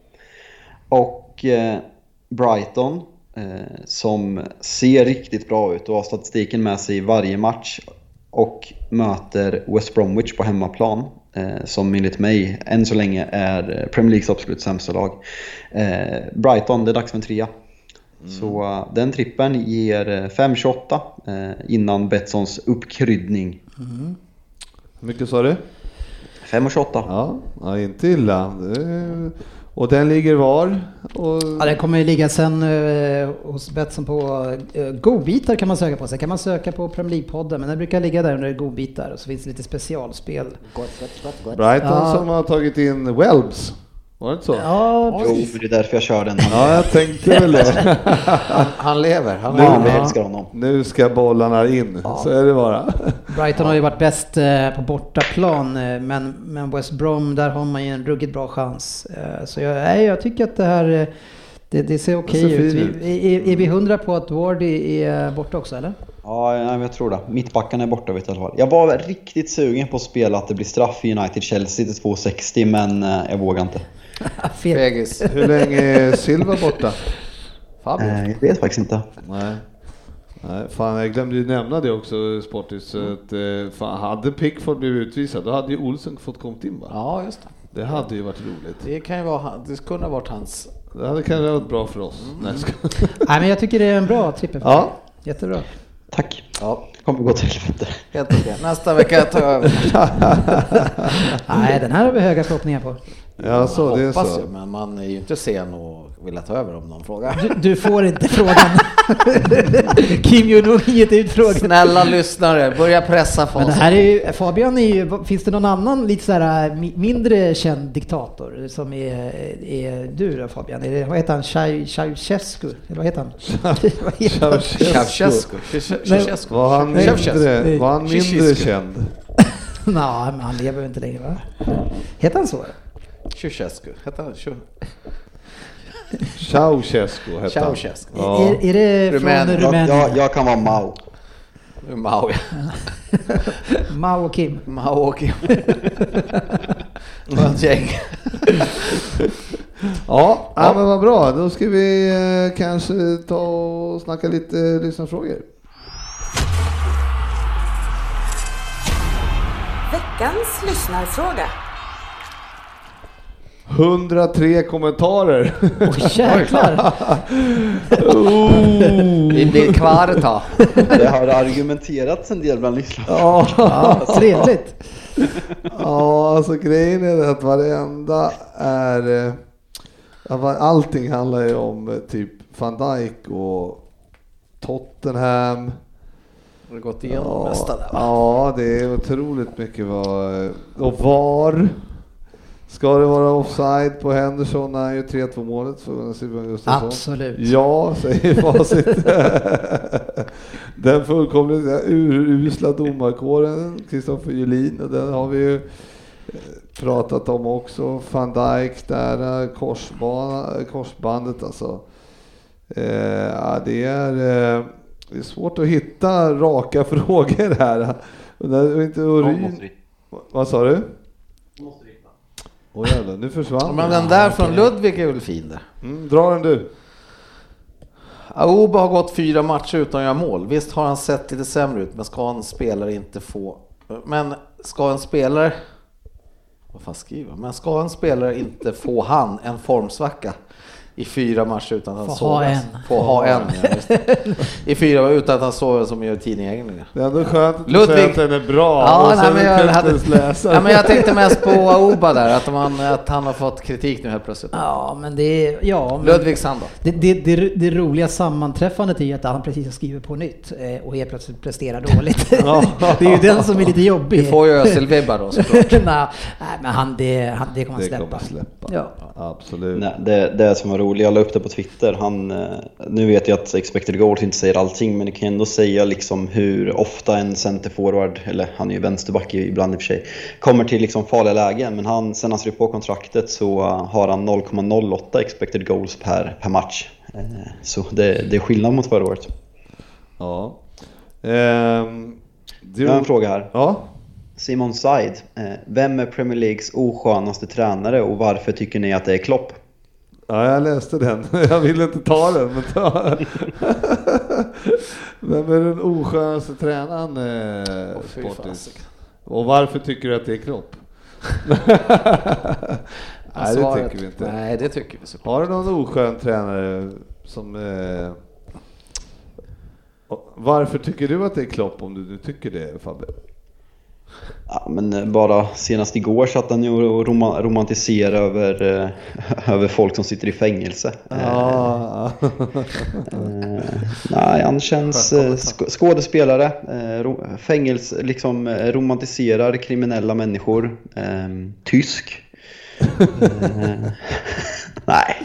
Och uh, Brighton uh, som ser riktigt bra ut och har statistiken med sig i varje match och möter West Bromwich på hemmaplan, uh, som enligt mig än så länge är Premier Leagues absolut sämsta lag. Uh, Brighton, det är dags för en trea. Mm. Så uh, den trippen ger fem tjugoåtta uh, innan Betssons uppkryddning. Mm. Hur mycket sa du? fem tjugoåtta. Ja, ja, inte illa. Det... Och den ligger var? Och... Ja, den kommer ju ligga sen uh, hos Betsson på uh, godbitar kan man söka på. Sen kan man söka på Premier League-podden, men den brukar ligga där under godbitar. Och så finns det lite specialspel. Gott, gott, gott, gott. Brighton ja. som har tagit in Welbs. Var det inte så? Ja, Jo, det är därför jag kör den. Ja, jag tänkte väl det. han, han lever. Han Ja, lever. jag älskar honom. Nu ska bollarna in, ja. Så är det bara. Brighton har ju varit bäst eh, på bortaplan, eh, men, men West Brom, där har man ju en ruggigt bra chans. Eh, så jag, nej, jag tycker att det här eh, det, det ser okej det ser ut. ut. Vi, är, är vi hundra på att Wardy är borta också, eller? Ja, jag tror det. Mittbacken är borta vet jag i alla fall. Jag var riktigt sugen på att spela att det blir straff i United-Chelsea till två sextio, men eh, jag vågar inte. Fegis. Hur länge är Silva borta? Fabio. Eh, jag vet faktiskt inte. Nej. Nej, fan, jag glömde ju nämna det också, Sportis. Mm. Att, eh, fan, hade Pickford blivit utvisad, då hade ju Olsen fått kommit in, va? Ja, just det. Det hade ju varit roligt. Det kan ju vara, det kunde ha varit hans. Det hade kanske varit bra för oss. Mm. Nej, ska... Nej, men jag tycker det är en bra trippel. Ja. Jättebra. Tack. Ja. Kommer gå till helvete. Helt okej. Nästa vecka tar jag över. Nej, den här har vi höga förhoppningar på. Ja, så det är hoppas så. ju, men man är ju inte sen och vill ta över om någon frågar. Du, du får inte frågan. Kim gör nog inget ut frågan. Snälla lyssnare, börja pressa folk. Men det här är ju, Fabian är ju, finns det någon annan lite så här mindre känd diktator som är, är du då, Fabian? Är det, vad heter han? Ceausescu? Eller vad heter han? Ceausescu. Ceausescu. Var han mindre, var han mindre känd? Nej, men han lever inte längre, va? Heter han så? Ceausescu. Heter han? Ceausescu heter han. Ceausescu. Ja. Är, är det från Rumänien. Rumänien? Jag, jag, jag kan vara Mao. Mao, ja. Mao och Kim. Mao och Kim. Och ett gäng. Ja, ja, men vad bra. Då ska vi eh, kanske ta och snacka lite eh, lyssnarfrågor. Veckans lyssnarfråga. hundratre kommentarer. Åh, jäklar. oh. Vi blir kvarta. Det har argumenterats en del bland lyssnarna. Ja, Ja, trevligt. ja, alltså grejen är att varenda är... eh, Allting handlar ju om eh, typ Van Dijk och Tottenham. Har du gått igenom Ja, nästa där, va? ja, det är otroligt mycket. Vad, och var ska det vara offside på Henderson när han gör tre två målet för Simon Gustafsson? Absolut. Ja, säger facit. Den fullkomligt urusla domarkåren, Kristoffer Julin, och den har vi ju pratat om också. Van Dijk där, korsbana, korsbandet alltså. Eh, ja, det är... Eh, Det är svårt att hitta raka frågor här. Och inte urin. Vad sa du? Åh jävlar, nu försvann. Men den där från Ludvig är väl fin där. Mm, dra den du. Aoba har gått fyra matcher utan att göra mål. Visst har han sett lite sämre ut, men ska en spelare inte få... Men ska en spelare... Vad fan skriver? Men ska en spelare inte få han en formsvacka? i fyra matcher utan att han Får ha en. Får ha en, ja, just det. I fyra utan att han såg som gör tidningen. Det är ändå skönt att Ludvig säga att den är bra. Ja, nej, men jag, hade, ja, men jag tänkte mest på Oba där, att, man, att han har fått kritik nu helt plötsligt. Ja, men det är... Ja, men Ludvig Sandå. Det, det, det, det roliga sammanträffandet är ju att han precis har skrivit på nytt och helt plötsligt presterar dåligt. Det är ju den som är lite jobbig. Vi får ju Öselvibbar då såklart. Nej, men han, det, han, det kommer han släppa. Kommer släppa. Ja. Absolut. Nej, det, det som var roligt, jag la upp det på Twitter. Han, nu vet jag att expected goals inte säger allting, men det kan ändå säga liksom hur ofta en centerforward, eller han är ju vänsterback ibland i och för sig, kommer till liksom farliga lägen. Men han, sen han skrev på kontraktet så har han noll komma noll åtta expected goals per, per match. Så det, det är skillnad mot förra året. Ja. Ehm, du... Jag har en fråga här. Ja. Simon Said, vem är Premier Leagues oskönaste tränare och varför tycker ni att det är Klopp? Ja, jag läste den. Jag vill inte ta den. Men ta... Vem är den oskönaste tränaren? Eh, Sportis? Och varför tycker du att det är Klopp? Nej, det tycker vi inte. Nej, det tycker vi så. Har du någon oskön tränare som... Eh... Varför tycker du att det är Klopp om du, du tycker det, Fabbe? Ja, men bara senast igår satt han ju och rom- romantiserade över, eh, över folk som sitter i fängelse. Ah. Eh, eh, nej, han känns eh, sk- skådespelare, eh, ro- fängelse, liksom eh, romantiserar kriminella människor, eh, tysk. eh, nej.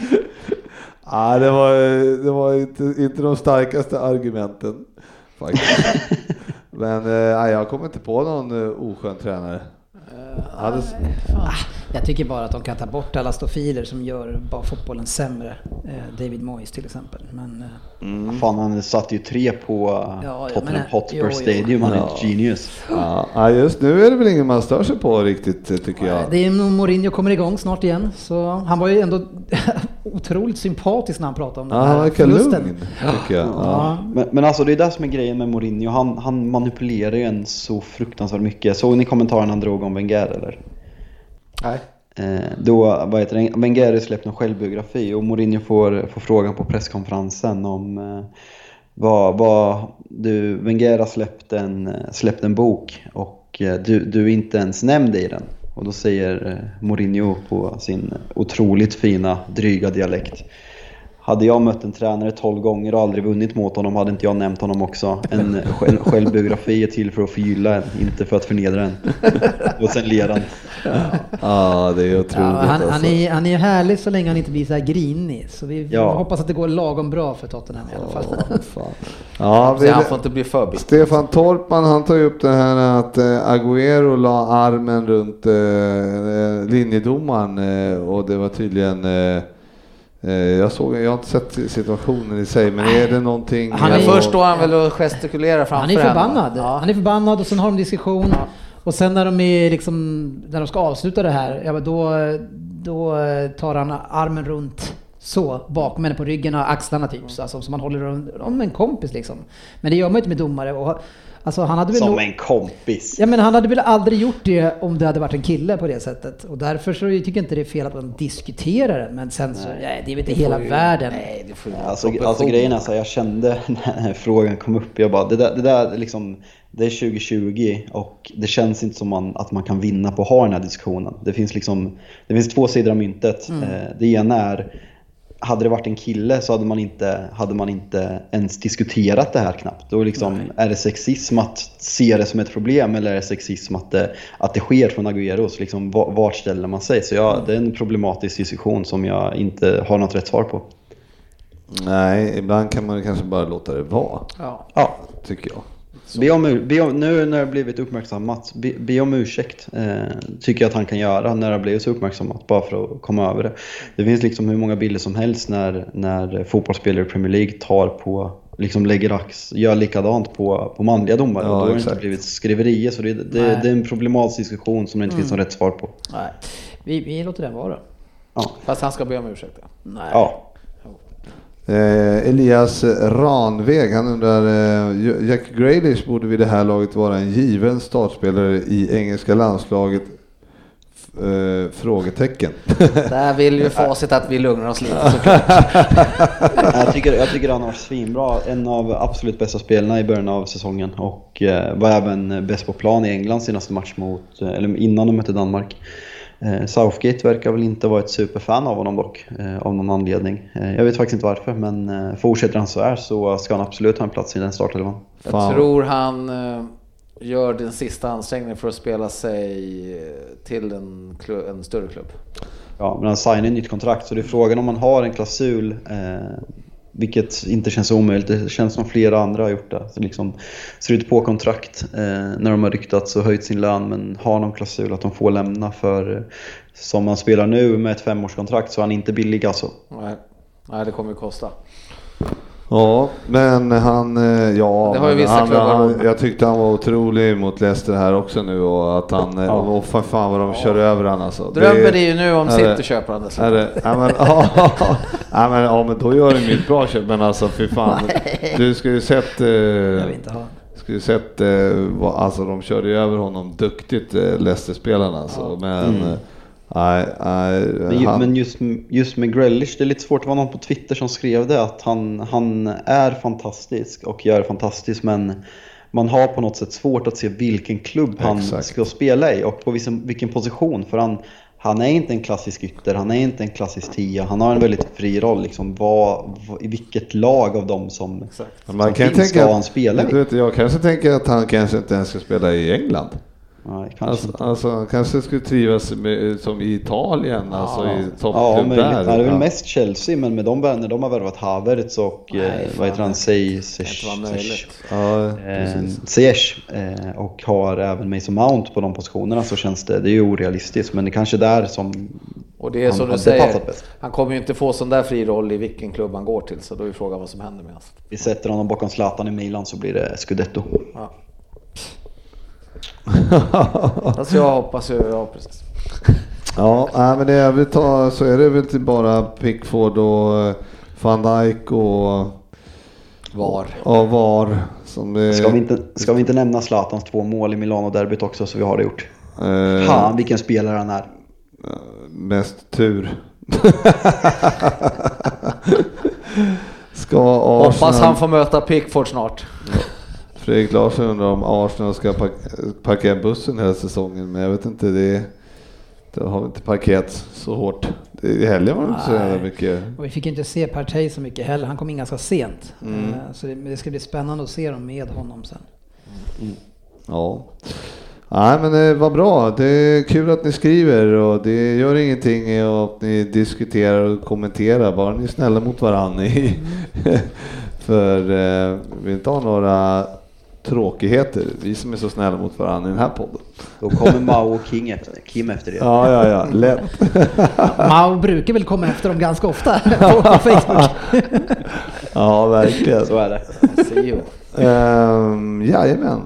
Ah, det var, det var inte, inte de starkaste argumenten faktiskt. Men eh, jag kommer inte på någon uh, oskön tränare. Uh, Hade... ah, jag tycker bara att de kan ta bort alla stofiler som gör bara fotbollen sämre. Uh, David Moyes till exempel. Men, uh... mm. Fan, han satt ju tre på uh, ja, Tottenham Hotspur jo, Stadium. Han är ja. genius. Ja, just nu är det väl ingen man stör sig på riktigt, tycker jag. Det är nog Mourinho kommer igång snart igen. Så han var ju ändå otroligt sympatisk när han pratade om den ja, här han förlusten. Lugn, tycker jag. Ja. Ja. Men, men alltså det är det som är grejen med Mourinho. Han, han manipulerar ju en så fruktansvärt mycket. Såg ni kommentaren han drog om Wenger eller? Nej. Eh, då, vad heter det? Wenger släppt en självbiografi och Mourinho får, får frågan på presskonferensen om eh, vad, vad du, Wenger har släppt en, släppt en bok och eh, du, du inte ens nämnde i den. Och då säger eh, Mourinho på sin otroligt fina, dryga dialekt: hade jag mött en tränare tolv gånger och aldrig vunnit mot honom hade inte jag nämnt honom också. En själv, självbiografi är till för att förgylla en, inte för att förnedra en. Och sen ler han. Ja, ah, det är otroligt. Ja, han, alltså. han, är, han är härlig så länge han inte blir så här grinig. Så vi ja. hoppas att det går lagom bra för Tottenham i alla fall. Oh, fan. Ja, så han får inte bli för bitter. Stefan Torpman, han tar ju upp det här att eh, Agüero la armen runt eh, linjedomaren eh, och det var tydligen... Eh, Jag såg, jag har inte sett situationen i sig, men är det någonting... Han är, först står han väl och gestikulerar framför Han är förbannad. Ja. Han är förbannad och sen har de diskussion. Ja. Och sen när de är liksom, när de ska avsluta det här, ja, då, då tar han armen runt så bakom henne på ryggen och axlarna typ, så, alltså, som man håller om, om en kompis liksom. Men det gör man inte med domare. Och, alltså, han hade väl som nog, en kompis. Ja, men han hade väl aldrig gjort det om det hade varit en kille på det sättet. Och därför så tycker jag inte det är fel att man diskuterar det. Men sen så, ja, det är väl inte hela ju, världen. Nej, det får ju alltså, alltså grejen är så här, jag kände när frågan kom upp, jag bara, det där, det där liksom, det är tjugo tjugo och det känns inte som man, att man kan vinna på att ha den här diskussionen. Det finns liksom, det finns två sidor av myntet. Mm. Det ena är, hade det varit en kille så hade man inte, hade man inte ens diskuterat det här knappt. Då liksom, är det sexism att se det som ett problem eller är det sexism att det, att det sker från Agüeros? Liksom, vart ställer man sig? Så ja, det är en problematisk diskussion som jag inte har något rätt svar på. Nej, ibland kan man kanske bara låta det vara. Ja, ja. Tycker jag. Be om, be om, nu när det blivit uppmärksammat, be, be om ursäkt eh, tycker jag att han kan göra när det blivit så uppmärksammat, bara för att komma över det. Det finns liksom hur många bilder som helst när, när fotbollsspelare i Premier League tar på, liksom lägger ax, gör likadant på, på manliga domare. Ja, och då har det inte blivit skriverier, så det, det, det är en problematisk diskussion som det inte mm. finns något rätt svar på. Nej, vi, vi låter den vara. Ja. Fast han ska be om ursäkt. Nej. Ja. Eh, Elias Ranväg, han undrar, eh, Jack Grealish borde vid det här laget vara en given startspelare i engelska landslaget eh, frågetecken. Där vill ju facit att vi lugnar oss lite såklart. jag, tycker, jag tycker han har svinbra. En av absolut bästa spelarna i början av säsongen. Och eh, var även bäst på plan i England senaste match mot, eller innan de mötte Danmark. Eh, Southgate verkar väl inte vara ett superfan av honom dock, eh, av någon anledning. Eh, jag vet faktiskt inte varför, men eh, fortsätter han så här så ska han absolut ha en plats i den startelvan. Jag Fan. tror han eh, gör den sista ansträngningen för att spela sig till en, klubb, en större klubb. Ja, men han signar ett nytt kontrakt, så det är frågan om man har en klausul, eh, vilket inte känns omöjligt. Det känns som flera andra har gjort det. Så liksom ser ut på kontrakt eh, när de har ryktats och höjt sin lön, men har någon klausul att de får lämna. För som man spelar nu med ett femårskontrakt så är han inte billig alltså. Nej, Nej det kommer ju kosta. Ja, men han, ja, det har ju vissa han, han, jag tyckte han var otrolig mot Leicester här också nu, och att han, ja. och för fan vad de kör över han alltså. Drömmer det ju nu om City köper han det. Är det ja, men, ja, ja, men, ja, men då gör det mitt bra köp, men alltså för fan. Du ska ju sett, eh, jag vill inte ha. Ska ju sett, eh, vad, alltså de körde ju över honom duktigt, eh, Leicester-spelarna alltså, ja. men mm. Nej, nej, men, han... men just, just med Grealish, det är lite svårt. Det var någon på Twitter som skrev det, att han, han är fantastisk och gör fantastiskt, men man har på något sätt svårt att se vilken klubb han Exakt. ska spela i och på vilken, vilken position. För han, han är inte en klassisk ytter, han är inte en klassisk tia. Han har en väldigt fri roll liksom, vad, vad, i vilket lag av dem som, som man kan finns ska han spela i. Vet, jag kanske tänker att han kanske inte ens ska spela i England. Nej, kanske alltså, alltså kanske skulle trivas med, som i Italien, ja. alltså i toppklubb ja, där. Det är väl mest Chelsea, men med de när de har värvat Havertz och Nej, eh, vad heter han, Ziyech eh, och har även Mason Mount på de positionerna, så känns det, det är ju orealistiskt, men det är kanske där som och det är som du säger, han kommer ju inte få sån där fri roll i vilken klubb han går till, så då är frågan vad som händer med oss. Vi sätter honom bakom Zlatan i Milan så blir det Scudetto. Ja. Alltså jag hoppas ju, ja precis. Ja, nej, men det är väl ta, så är det väl till bara Pickford och Van Dijk och VAR. Och VAR som det... Ska vi inte ska vi inte nämna Zlatans två mål i Milano-derbyt också, så vi har det gjort. Eh, Fan, vilken spelare han är. Mest tur. Ska Arsenal... Hoppas han får möta Pickford snart. Fredrik Larsson undrar om Arsenal ska parkera bussen hela säsongen, men jag vet inte, det, det har inte parkerat så hårt. I helgen var det inte så jävla mycket. Och vi fick inte se Partey så mycket heller, han kom in ganska sent. Mm. Så det, det ska bli spännande att se dem med honom sen. Mm. Ja. Nej, men det var bra. Det är kul att ni skriver, och det gör ingenting att ni diskuterar och kommenterar, bara ni är snälla mot varandra. Mm. För eh, vi inte har några tråkigheter, vi som är så snälla mot varandra i den här podden. Då kommer Mao och King efter, Kim efter det. Ja, ja, ja, lätt. Mao brukar väl komma efter dem ganska ofta på, på Facebook. Ja, verkligen. Så är det. See you. Um, jajamän.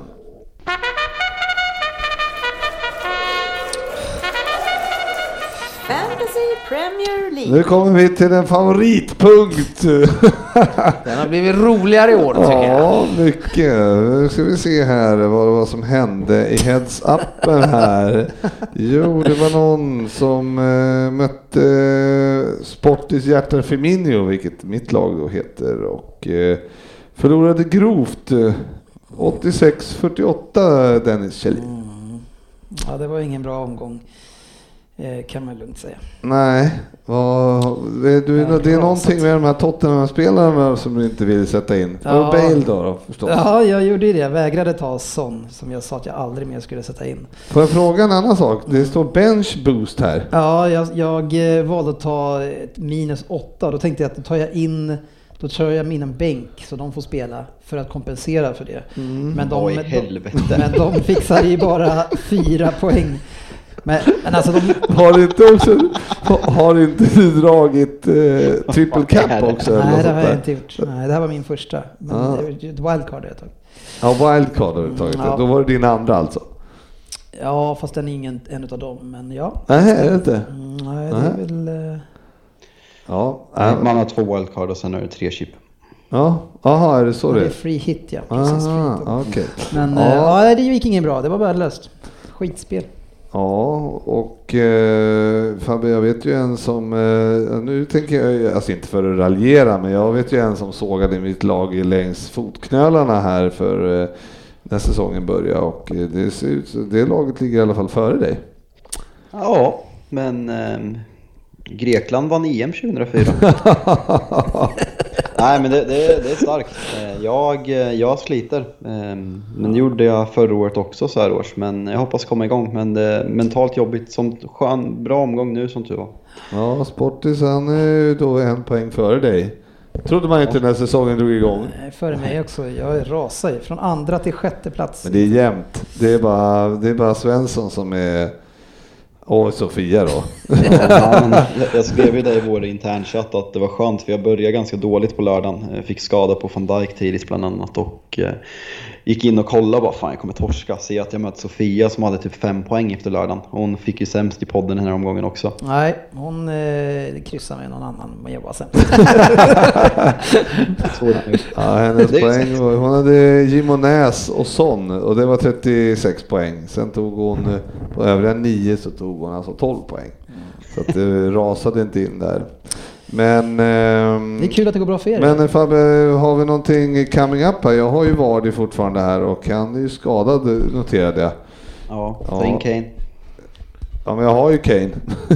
Premier League. Nu kommer vi till en favoritpunkt. Den har blivit roligare i år, tycker jag. Ja, mycket. Nu ska vi se här vad, vad som hände i heads-upen här. Jo, det var någon som äh, mötte äh, Sportis hjärta Firmino, vilket mitt lag då heter, och äh, förlorade grovt äh, åttiosex fyrtioåtta Dennis Kjellin. Mm. Ja, det var ingen bra omgång. Kan man lugnt säga. Nej, vad, det, du, ja, det är någonting med de här Tottenham-spelarna som du inte vill sätta in. Ja. Och Bale då, då förstås. Ja, jag gjorde det. Jag vägrade ta Son, som jag sa att jag aldrig mer skulle sätta in. Får jag fråga en annan sak? Det står bench boost här. Ja, jag, jag valde att ta ett minus åtta. Då tänkte jag att då tar jag in... Då kör jag min en bänk så de får spela för att kompensera för det. Mm. Men, de, Oj, helvete. de, men de fixar ju bara fyra poäng. Men, men alltså de... Har inte också har inte du dragit eh, triple cap också? Nej, det har jag inte gjort. Nej, det här var min första. Men ah. det var ett wildcard har jag tagit. Ja, wildcard har du tagit. Mm, ja. Då var det din andra alltså? Ja, fast den är ingen en av dem. Men ja. Nej, är det inte? Mm, nej, det är väl... Uh... Ja. Man har två wildcard och sen är det tre chip. Ja, aha, är det så ja, det är? Det är free hit, ja. Precis, aha, okej. Okay. Men ja. Uh, ja, det gick ingen bra. Det var värdelöst. Skitspel. Ja, och eh, Fabbe, jag vet ju en som, eh, nu tänker jag, alltså inte för att raljera, men jag vet ju en som sågade mitt lag längs fotknölarna här för eh, när säsongen börjar, och eh, det ser ut så det laget ligger i alla fall före dig. Ja, men eh, Grekland vann E M tjugohundrafyra. Nej, men det, det, det är starkt. Jag, jag sliter. Men det gjorde jag förra året också så här års. Men jag hoppas komma igång. Men det är mentalt jobbigt. Som skön, bra omgång nu som tur var. Ja, Sportis han är då en poäng före dig. Trodde man inte när säsongen drog igång. Nej, före mig också. Jag rasar från andra till sjätte plats. Men det är jämnt. Det är bara, det är bara Svensson som är... Och Sofia då. Ja, men jag skrev ju det i vår internchatt att det var skönt, för jag började ganska dåligt på lördagen. Jag fick skada på Van Dijk tidigt bland annat, och eh, gick in och kollade bara, fan jag kommer torska. Se att jag mötte Sofia som hade typ fem poäng efter lördagen. Hon fick ju sämst i podden den här omgången också. Nej, hon eh, kryssade med någon annan, men jag var sämst. Ja, hennes poäng var, hon hade Gimonäs och Son, och det var trettiosex poäng. Sen tog hon på övriga nio, så tog hon alltså tolv poäng. Så att det rasade inte in där. Men ehm, det är kul att det går bra för er. Men Fabbe, har vi någonting coming up här? Jag har ju Vardy fortfarande här, och han är ju skadad, noterade jag. Ja, ta in Kane. Ja, men jag har ju Kane.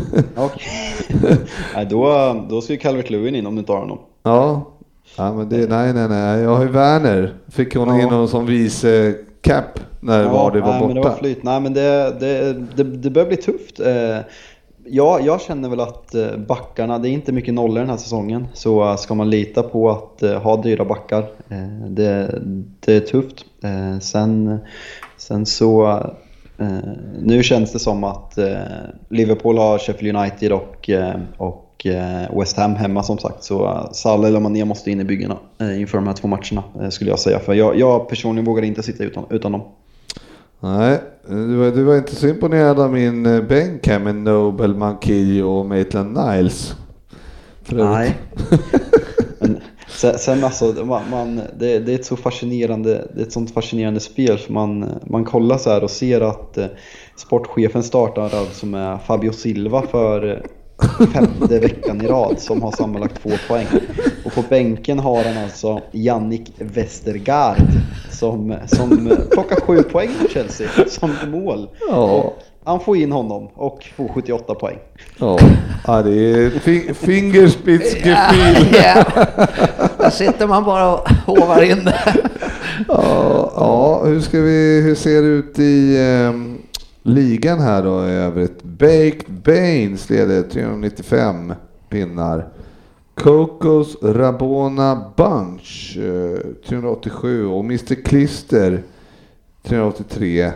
Okej. Nej, då, då ska ju Calvert-Lewin in om du inte har honom. Ja, ja men det, nej, nej, nej. Jag har ju Werner. Fick hon ja. in honom som vice cap när ja, Vardy var nej, borta. Men det var flyt. Nej, men det, det, det, det börjar bli tufft. Eh, Ja, jag känner väl att backarna, det är inte mycket nollor den här säsongen. Så ska man lita på att ha dyra backar, det, det är tufft. Sen, sen så, nu känns det som att Liverpool har Sheffield United och, och West Ham hemma som sagt. Så Salah eller Mané måste in i byggena inför de här två matcherna, skulle jag säga. För jag, jag personligen vågar inte sitta utan, utan dem. Nej, du var, du var inte så imponerad av min bänk här med Noble, Manquillo och Maitland Niles. Nej. Men sen, sen alltså, man, man, det, det är ett så fascinerande, det är ett sånt fascinerande spel, för man, man kollar så här och ser att eh, sportchefen startar alltså med Fabio Silva för femte veckan i rad, som har sammanlagt två poäng. Och på bänken har han alltså Jannik Westergaard som, som plockar sju poäng för Chelsea som mål. Ja. Han får in honom och får sjuttioåtta poäng. Ja, ja det är fi- fingerspitzgefühl. Ja, där sitter man bara och hovar in det. Ja, ja, hur ska vi, hur ser det ut i um, ligan här då i övrigt? Baked Baines leder trehundranittiofem pinnar. Cocos Rabona Bunch uh, trehundraåttiosju och mister Klister trehundraåttiotre.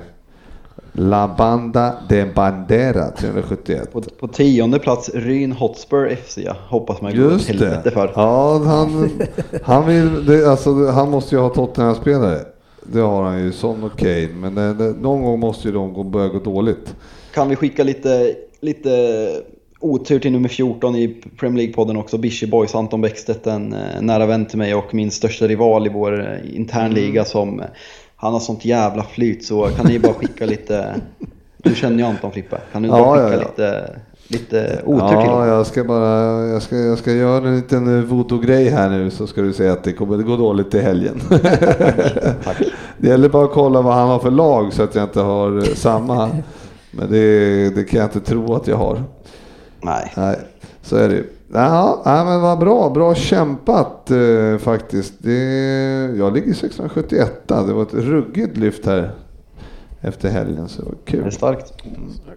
La Banda de Bandera trehundrasjuttioett. På, på tionde plats Ryn Hotspur F C. Jag hoppas man går åt helvete för. Ja, han, han, vill, det, alltså, han måste ju ha Tottenham-spelare. Det har han ju, Son och Kane. Men det, det, någon gång måste ju de gå, börja gå dåligt. Kan vi skicka lite, lite otur till nummer fjorton i Premier League-podden också. Bishy Boys, Anton Bäckstedt, en nära vän till mig och min största rival i vår internliga mm. som... Han har sånt jävla flyt, så kan ni bara skicka lite... Du känner ju Anton Frippe. Kan du bara ja, skicka ja, ja. lite, lite otur ja, till honom? Ja, jag ska bara... Jag ska, jag ska göra en liten voto-grej här nu, så ska du säga att det kommer att gå dåligt i helgen. Tack. Det gäller bara att kolla vad han har för lag så att jag inte har samma. Men det, det kan jag inte tro att jag har. Nej. Nej, så är det ju. Ja, men vad bra, bra kämpat eh, faktiskt. Det, jag ligger sexhundrasjuttioett. Det var ett ruggigt lyft här efter helgen, så det var kul. Det är starkt. Mm.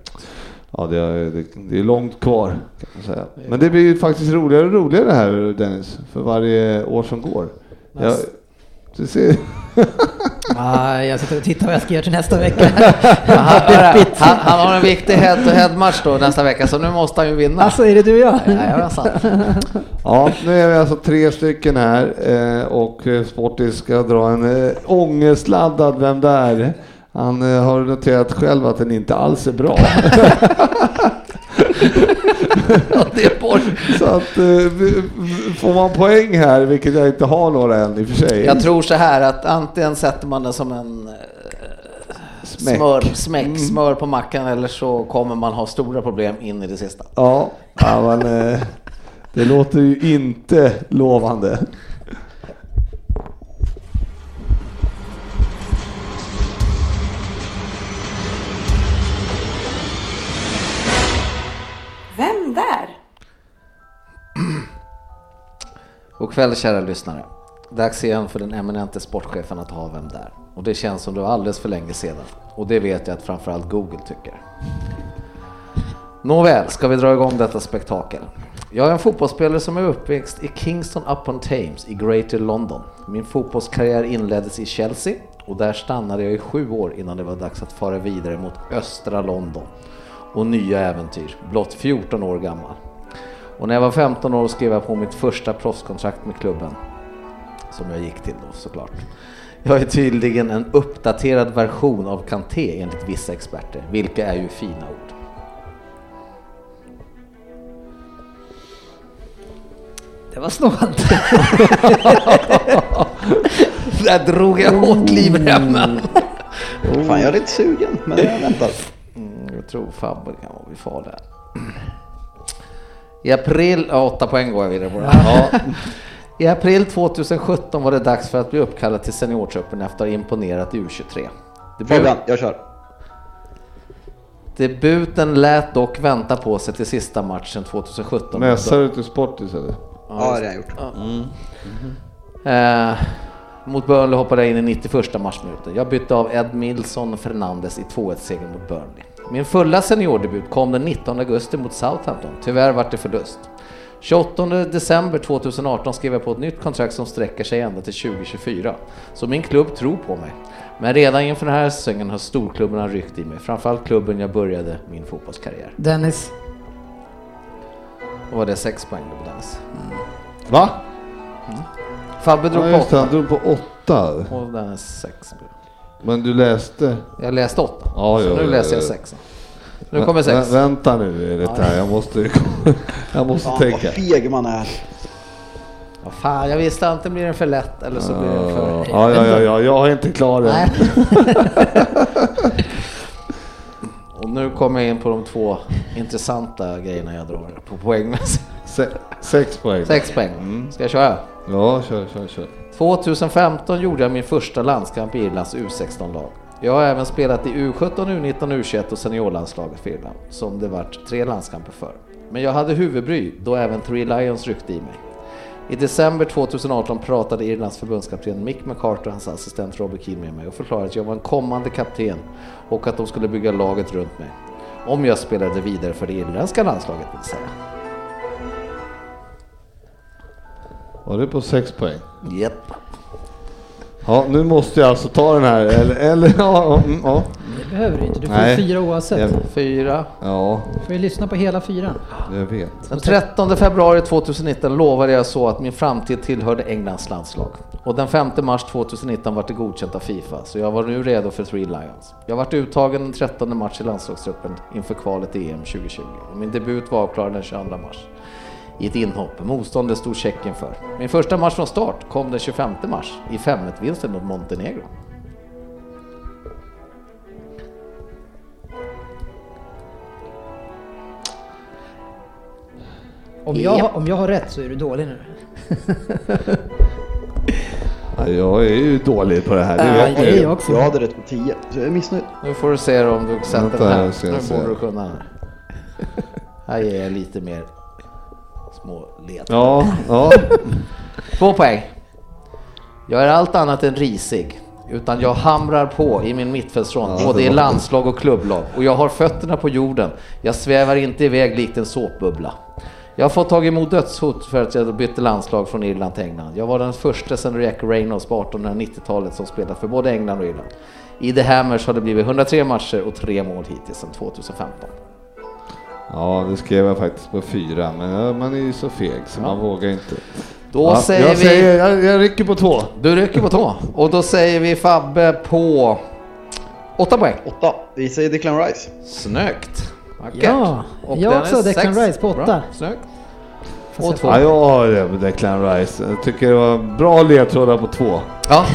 Ja, det är, det, det är långt kvar kan man säga. Men det blir ju faktiskt roligare och roligare här, Dennis, för varje år som går. Jag, du ser... ah, jag sitter och tittar vad jag ska göra till nästa vecka. han, han, han har en viktig head-to-head-match då nästa vecka, så nu måste han ju vinna. Alltså, är det du och jag? Ja, jag sant. Ja, nu är vi alltså tre stycken här eh, och Sportis ska dra en eh, ångestladdad Vem där? Han eh, har noterat själv att den inte alls är bra. Det är bort. Så att eh, får man poäng här, vilket jag inte har några än i och för sig. Jag tror så här att antingen sätter man det som en Smäck. smör, smäck, mm. smör på mackan, eller så kommer man ha stora problem in i det sista. Ja, ja men, eh, det låter ju inte lovande. Vem där? Och kväll, kära lyssnare. Dags igen för den eminente sportchefen att ha Vem där? Och det känns som det var alldeles för länge sedan. Och det vet jag att framförallt Google tycker. Nåväl, ska vi dra igång detta spektakel. Jag är en fotbollsspelare som är uppväxt i Kingston upon Thames i Greater London. Min fotbollskarriär inleddes i Chelsea och där stannade jag i sju år innan det var dags att fara vidare mot östra London och nya äventyr, blott fjorton år gammal. Och när jag var femton år skrev jag på mitt första proffskontrakt med klubben, som jag gick till då såklart. Jag är tydligen en uppdaterad version av Kanté enligt vissa experter, vilka är ju fina ord. Det var snålt. Där drog jag åt livremmen. Oh. Fan, jag är lite sugen, men jag väntar. Mm, jag tror Fabbe kan vara vi får där. I april, ja, åtta poäng går jag vidare på det. Ja. I april tjugohundrasjutton var det dags för att bli uppkallad till seniortruppen efter att ha imponerat i U tjugotre. Debut... Fabian, jag kör. Debuten lät dock vänta på sig till sista matchen tjugohundrasjutton. Mässar du till Sportis eller? Ja, det har jag gjort. Ja. Mm. Mm-hmm. Eh, mot Burnley hoppade jag in i nittioförsta marsminuten. Jag bytte av Ed Milson och Fernandes i två ett seger mot Burnley. Min fulla seniordebut kom den nittonde augusti mot Southampton. Tyvärr var det förlust. tjugoåttonde december tjugoarton skrev jag på ett nytt kontrakt som sträcker sig ända till tjugo tjugofyra. Så min klubb tror på mig. Men redan inför den här säsongen har storklubbarna ryckt i mig. Framförallt klubben jag började min fotbollskarriär. Dennis. Och var det sex poäng på Dennis. Mm. Va? Mm. Fabbe drog ja, på åtta. åtta. Han drog på åtta. Och Dennis sex. Men du läste? Jag läste åtta. Ja, så ja, nu ja, läser ja. jag sex. Nu kommer sex. Vä- vänta nu är det ja. här. Jag måste, jag måste Fan, tänka. vad feg man är. Ja, fan, jag visste att det blir en för lätt eller så blir det för... Ja, ja, ja, ja, jag är inte klar än. Nej. Och nu kommer jag in på de två intressanta grejerna jag drar på poängmässigt. Se, sex poäng. Sex poäng. Mm. Ska jag köra? Ja, kör, kör, kör. tjugohundrafemton gjorde jag min första landskamp i Irlands U sexton-lag. Jag har även spelat i U sjutton, U nitton, U tjugoett och seniorlandslaget för Irland, som det vart tre landskamper för. Men jag hade huvudbry då även Three Lions ryckte i mig. I december tjugoarton pratade Irlands förbundskapten Mick McCarthy och hans assistent Robbie Keane med mig och förklarade att jag var en kommande kapten och att de skulle bygga laget runt mig. Om jag spelade vidare för det irländska landslaget vill säga. Var det på sex poäng? Japp. Ja, nu måste jag alltså ta den här. Eller, eller ja, mm, ja. Det behöver du inte. Du får Nej. fyra oavsett. Jag, Fyra. ja, Du får ju lyssna på hela fyran. jag vet. Den trettonde februari tjugonitton lovade jag så att min framtid tillhörde Englands landslag. Och den femte mars tjugonitton var det godkänt av FIFA, så jag var nu redo för Three Lions. Jag varit uttagen den trettonde mars i landslagstruppen inför kvalet i E M tjugo tjugo. Och min debut var avklarad den tjugoandra mars. I ett inhopp. Motståndet stod Tjeckien för. Min första match från start kom den tjugofemte mars i fem ett-vinsten mot Montenegro. Om jag, om jag har rätt så är du dålig nu. Ja, jag är ju dålig på det här. Det Ja, vet det är jag också. Jag hade rätt på tio, så jag är missnöjd. Nu får du se om du sätter Vänta, den här. jag ska Nu se. borde du kunna. Här ger jag lite mer små led. Ja, ja. Två poäng. Jag är allt annat än risig, utan jag hamrar på i min mittfältsfront, Ja, både det i var- landslag och klubblag. Och jag har fötterna på jorden. Jag svävar inte iväg likt en såpbubbla. Jag har fått tag emot dödshot för att jag bytte landslag från Irland till England. Jag var den första sedan Jack Reynolds på artonhundranittiotalet som spelat för både England och Irland. I The Hammers har det blivit hundratre matcher och tre mål hittills sedan tjugohundrafemton. Ja, det skrev jag faktiskt på fyra. Men ja, man är ju så feg så Ja. man vågar inte. Då Ja, säger jag vi... Säger, jag, jag rycker på två. Du rycker på två. Och då säger vi Fabbe på åtta poäng. Åtta. Vi säger Declan Rice. Snyggt. Vackert. Ja, Och jag den också, är Declan sex. Rice på åtta. Bra, snyggt. Och två. Ja, jag har det med Declan Rice. Jag tycker det var bra ledtrådar på två. Ja.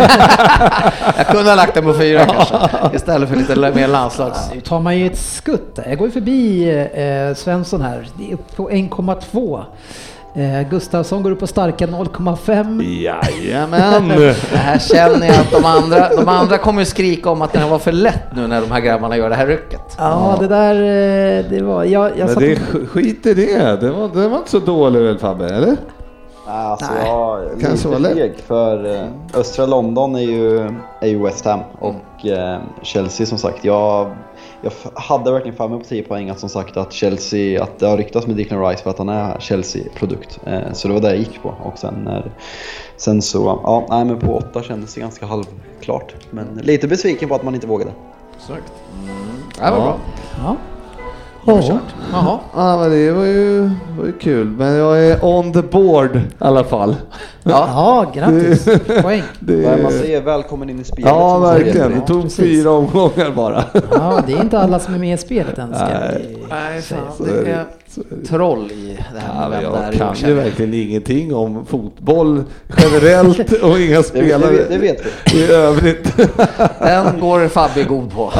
Jag kunde ha lagt den på fyra kanske. Istället för lite mer landslags. Nu tar man ju ett skutt där. Jag går ju förbi eh, Svensson här. Det är upp på en komma två. Eh, Gustafsson går upp på starka noll komma fem. Jajamän! Det här känner jag att de andra, de andra kommer ju skrika om att det här var för lätt nu när de här grabbarna gör det här rycket. Ja, det där, eh, det var... Jag, jag Men det är skit i det. Det var, det var inte så dåligt väl, Fabbe, eller? Alltså, Nej. jag Kanske var lite lätt. feg för eh, östra London är ju, är ju West Ham och eh, Chelsea som sagt. Jag, jag f- hade verkligen fem på tio poäng att som sagt att Chelsea, att det har ryktats med Declan Rice för att han är Chelsea-produkt. Eh, så det var det jag gick på och sen, när, sen så, ja, nej, men på åtta kändes det ganska halvklart. Men lite besviken på att man inte vågade. Exakt. Mm. Det var bra. Ja. Oh. Jaha. Ja, men det var ju, var ju kul. Men jag är on the board i alla fall. Ja. Ja, grattis. Poäng. Det, Vad man säger, välkommen in i spelet. ja, som man säger. verkligen. Det tog Precis. fyra omgångar bara. Ja, det är inte alla som är med i spelet än. Ska Nej. vi Nej, fan. säga. Det är troll i det här Ja, med men vem jag där kan är. ju verkligen ingenting om fotboll generellt och inga Det, spelare det, det vet vi. i övrigt. Den går Fabbe god på.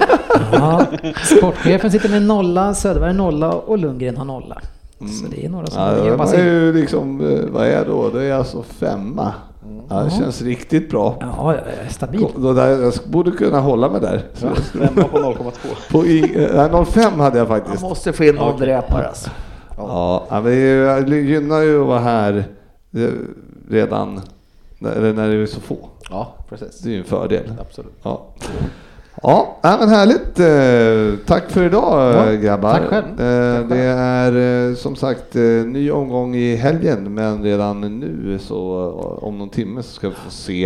Ja, sportchefen sitter med nolla, Söderberg nolla och Lundgren har nolla. Så det är några som Ja, jobbar det är sig. ju liksom, vad är då? Det är alltså femma. Ja, det känns riktigt bra. Ja, jag är stabil. Då där, jag borde kunna hålla mig där. Så, Femma på noll komma två. på i, nej, noll komma fem hade jag Man faktiskt. måste få in någon dräpare alltså. Ja, ja, men det är ju- det gynnar ju att vara här eh, redan när, när det är så få. Ja, precis. Det är ju en fördel. Absolut. Ja, ja ja, men härligt. Eh, Tack för idag, Ja, eh, grabbar. tack själv. Eh, Tack Det är eh, som sagt eh, ny omgång i helgen, men redan nu så eh, om någon timme så ska vi få se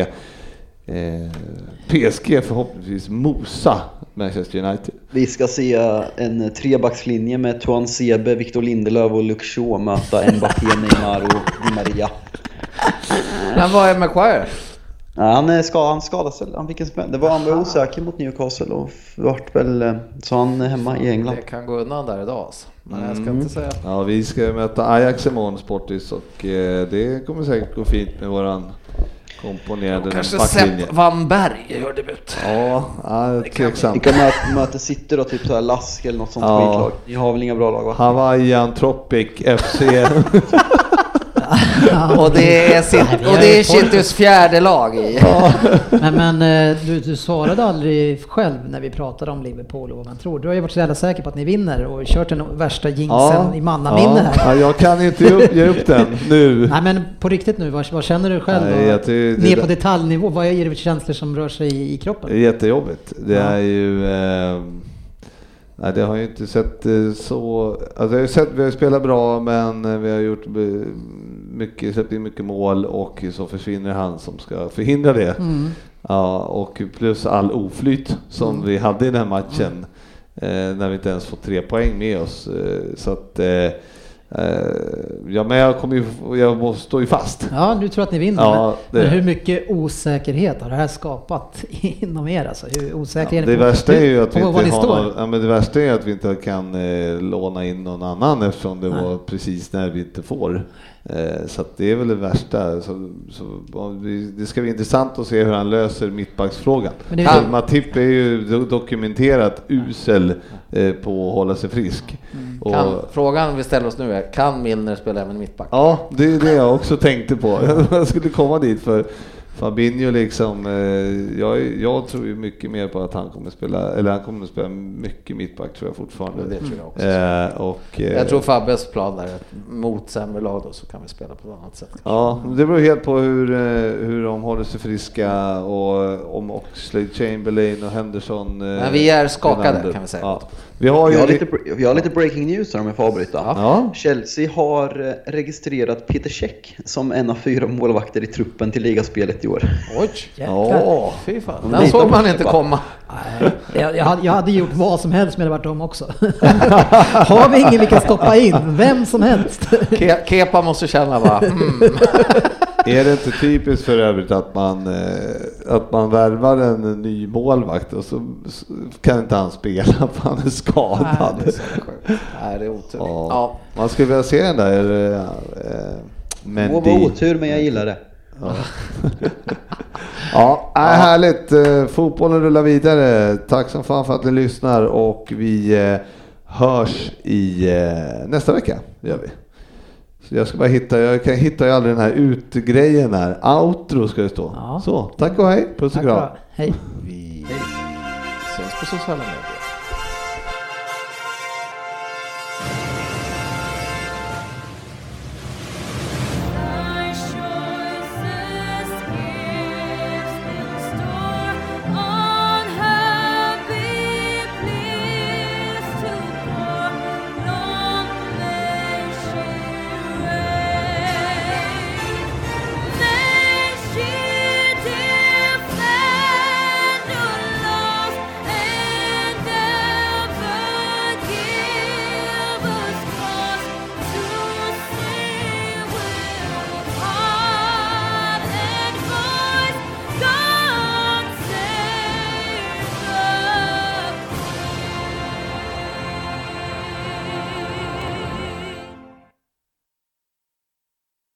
eh, P S G förhoppningsvis mosa Manchester United. Vi ska se en trebackslinje med Tuan Sebe, Victor Lindelöf och Luke Shaw möta Mbappé, Neymar och Di Maria. Men vad är Maguire? Ja, han, är ska, han skadade sig. Han fick en smäll. Det var han var osäker mot Newcastle och vart väl, eh, så han är hemma i England. Det kan gå undan där idag alltså. Men jag ska Mm. inte säga. Ja, vi ska möta Ajax imorgon, Sportis, och eh, det kommer säkert gå fint med våran komponerade Kanske backlinje. Sepp Van Berg gör debut. Ja, ja tveksamt. Vilka möter, möter City då, typ så här Lask eller något sånt Ja. skitlag. Ni har väl inga bra lag, va? Hawaiian Tropic F C. Och det är, sitt, och det är Citys fjärde lag i. Men, men du, du svarade aldrig själv när vi pratade om Liverpool och vad man tror. Du har ju varit så jävla säker på att ni vinner och kört den värsta jinxen i mannaminne här. Ja, jag kan inte ge upp, ge upp den nu. Nej, men på riktigt nu, vad, vad känner du själv? Nej, och, jag tycker- det- ner på detaljnivå, vad är det för känslor som rör sig i, i kroppen? Det är jättejobbigt. Det Ja. är ju... Eh, nej, det har ju inte sett eh, så... Alltså jag har ju sett, vi har spelat bra, men eh, vi har gjort eh, mycket, släppt in mycket mål, och så försvinner han som ska förhindra det. Mm. Ja, och plus all oflyt som Mm. vi hade i den här matchen, eh, när vi inte ens fått tre poäng med oss. Eh, så att... Eh, eh, ja, men jag kommer ju... Jag måste stå ju fast. Ja, du tror att ni vinner. Ja, men, det- men hur mycket osäkerhet har det här skapat inom er? Alltså? Hur osäker är Ja, ni det på, värsta är ju att på vi vad inte ni har står? någon, ja, men det värsta är att vi inte kan eh, låna in någon annan, eftersom det Nej. var precis när vi inte får. Eh, så att det är väl det värsta. Så, så, om vi, det ska bli intressant att se hur han löser mittbacksfrågan. Men det är Kan, väl- Matip är ju do- dokumenterat usel eh, på att hålla sig frisk. Och, Kan, frågan vi ställer oss nu är, kan Milner spela även mittback? ja, det är det jag också tänkte på. Jag skulle komma dit, för Fabinho liksom, eh, jag, jag tror ju mycket mer på att han kommer spela, eller han kommer att spela mycket mittback, tror jag fortfarande. Det tror jag också. Eh, och, eh, Jag tror Fabbes plan där är att mot sämre lag då så kan vi spela på ett annat sätt. Ja, det beror helt på hur, eh, hur de håller sig friska, och om Oxlade, Chamberlain och Henderson. eh, Men vi är skakade, Renander. kan vi säga. Ja. Vi har ju Jag har lite, jag har lite breaking news här om jag får avbryta. Ja. Chelsea har eh, registrerat Peter Cech som en av fyra målvakter i truppen till ligaspelet i år. Oj! Jäklar. Åh, fy fan. Men Den lita såg på man det inte bara. komma. Nej, jag, jag, hade, jag hade gjort vad som helst med det varit dem också. Har vi ingen vi kan stoppa in? Vem som helst. Ke- Kepa måste känna bara, mm. Är det inte typiskt för övrigt att man, att man värvar en ny målvakt och så kan inte han spela för han är skadad? Nej, det är så sjukt. Nej, det är otur. Ja. Ja. Man skulle vilja se den där. Äh, men det var otur, men jag gillar det. Ja, ja är härligt. Fotbollen rullar vidare. Tack som fan för att ni lyssnar och vi hörs i nästa vecka. Gör vi. Så jag ska bara hitta, jag kan hitta ju aldrig den här utgrejen här. Outro ska det stå. Ja. Så, tack och hej. Puss och kram. Hej. Vi ses på sociala medier.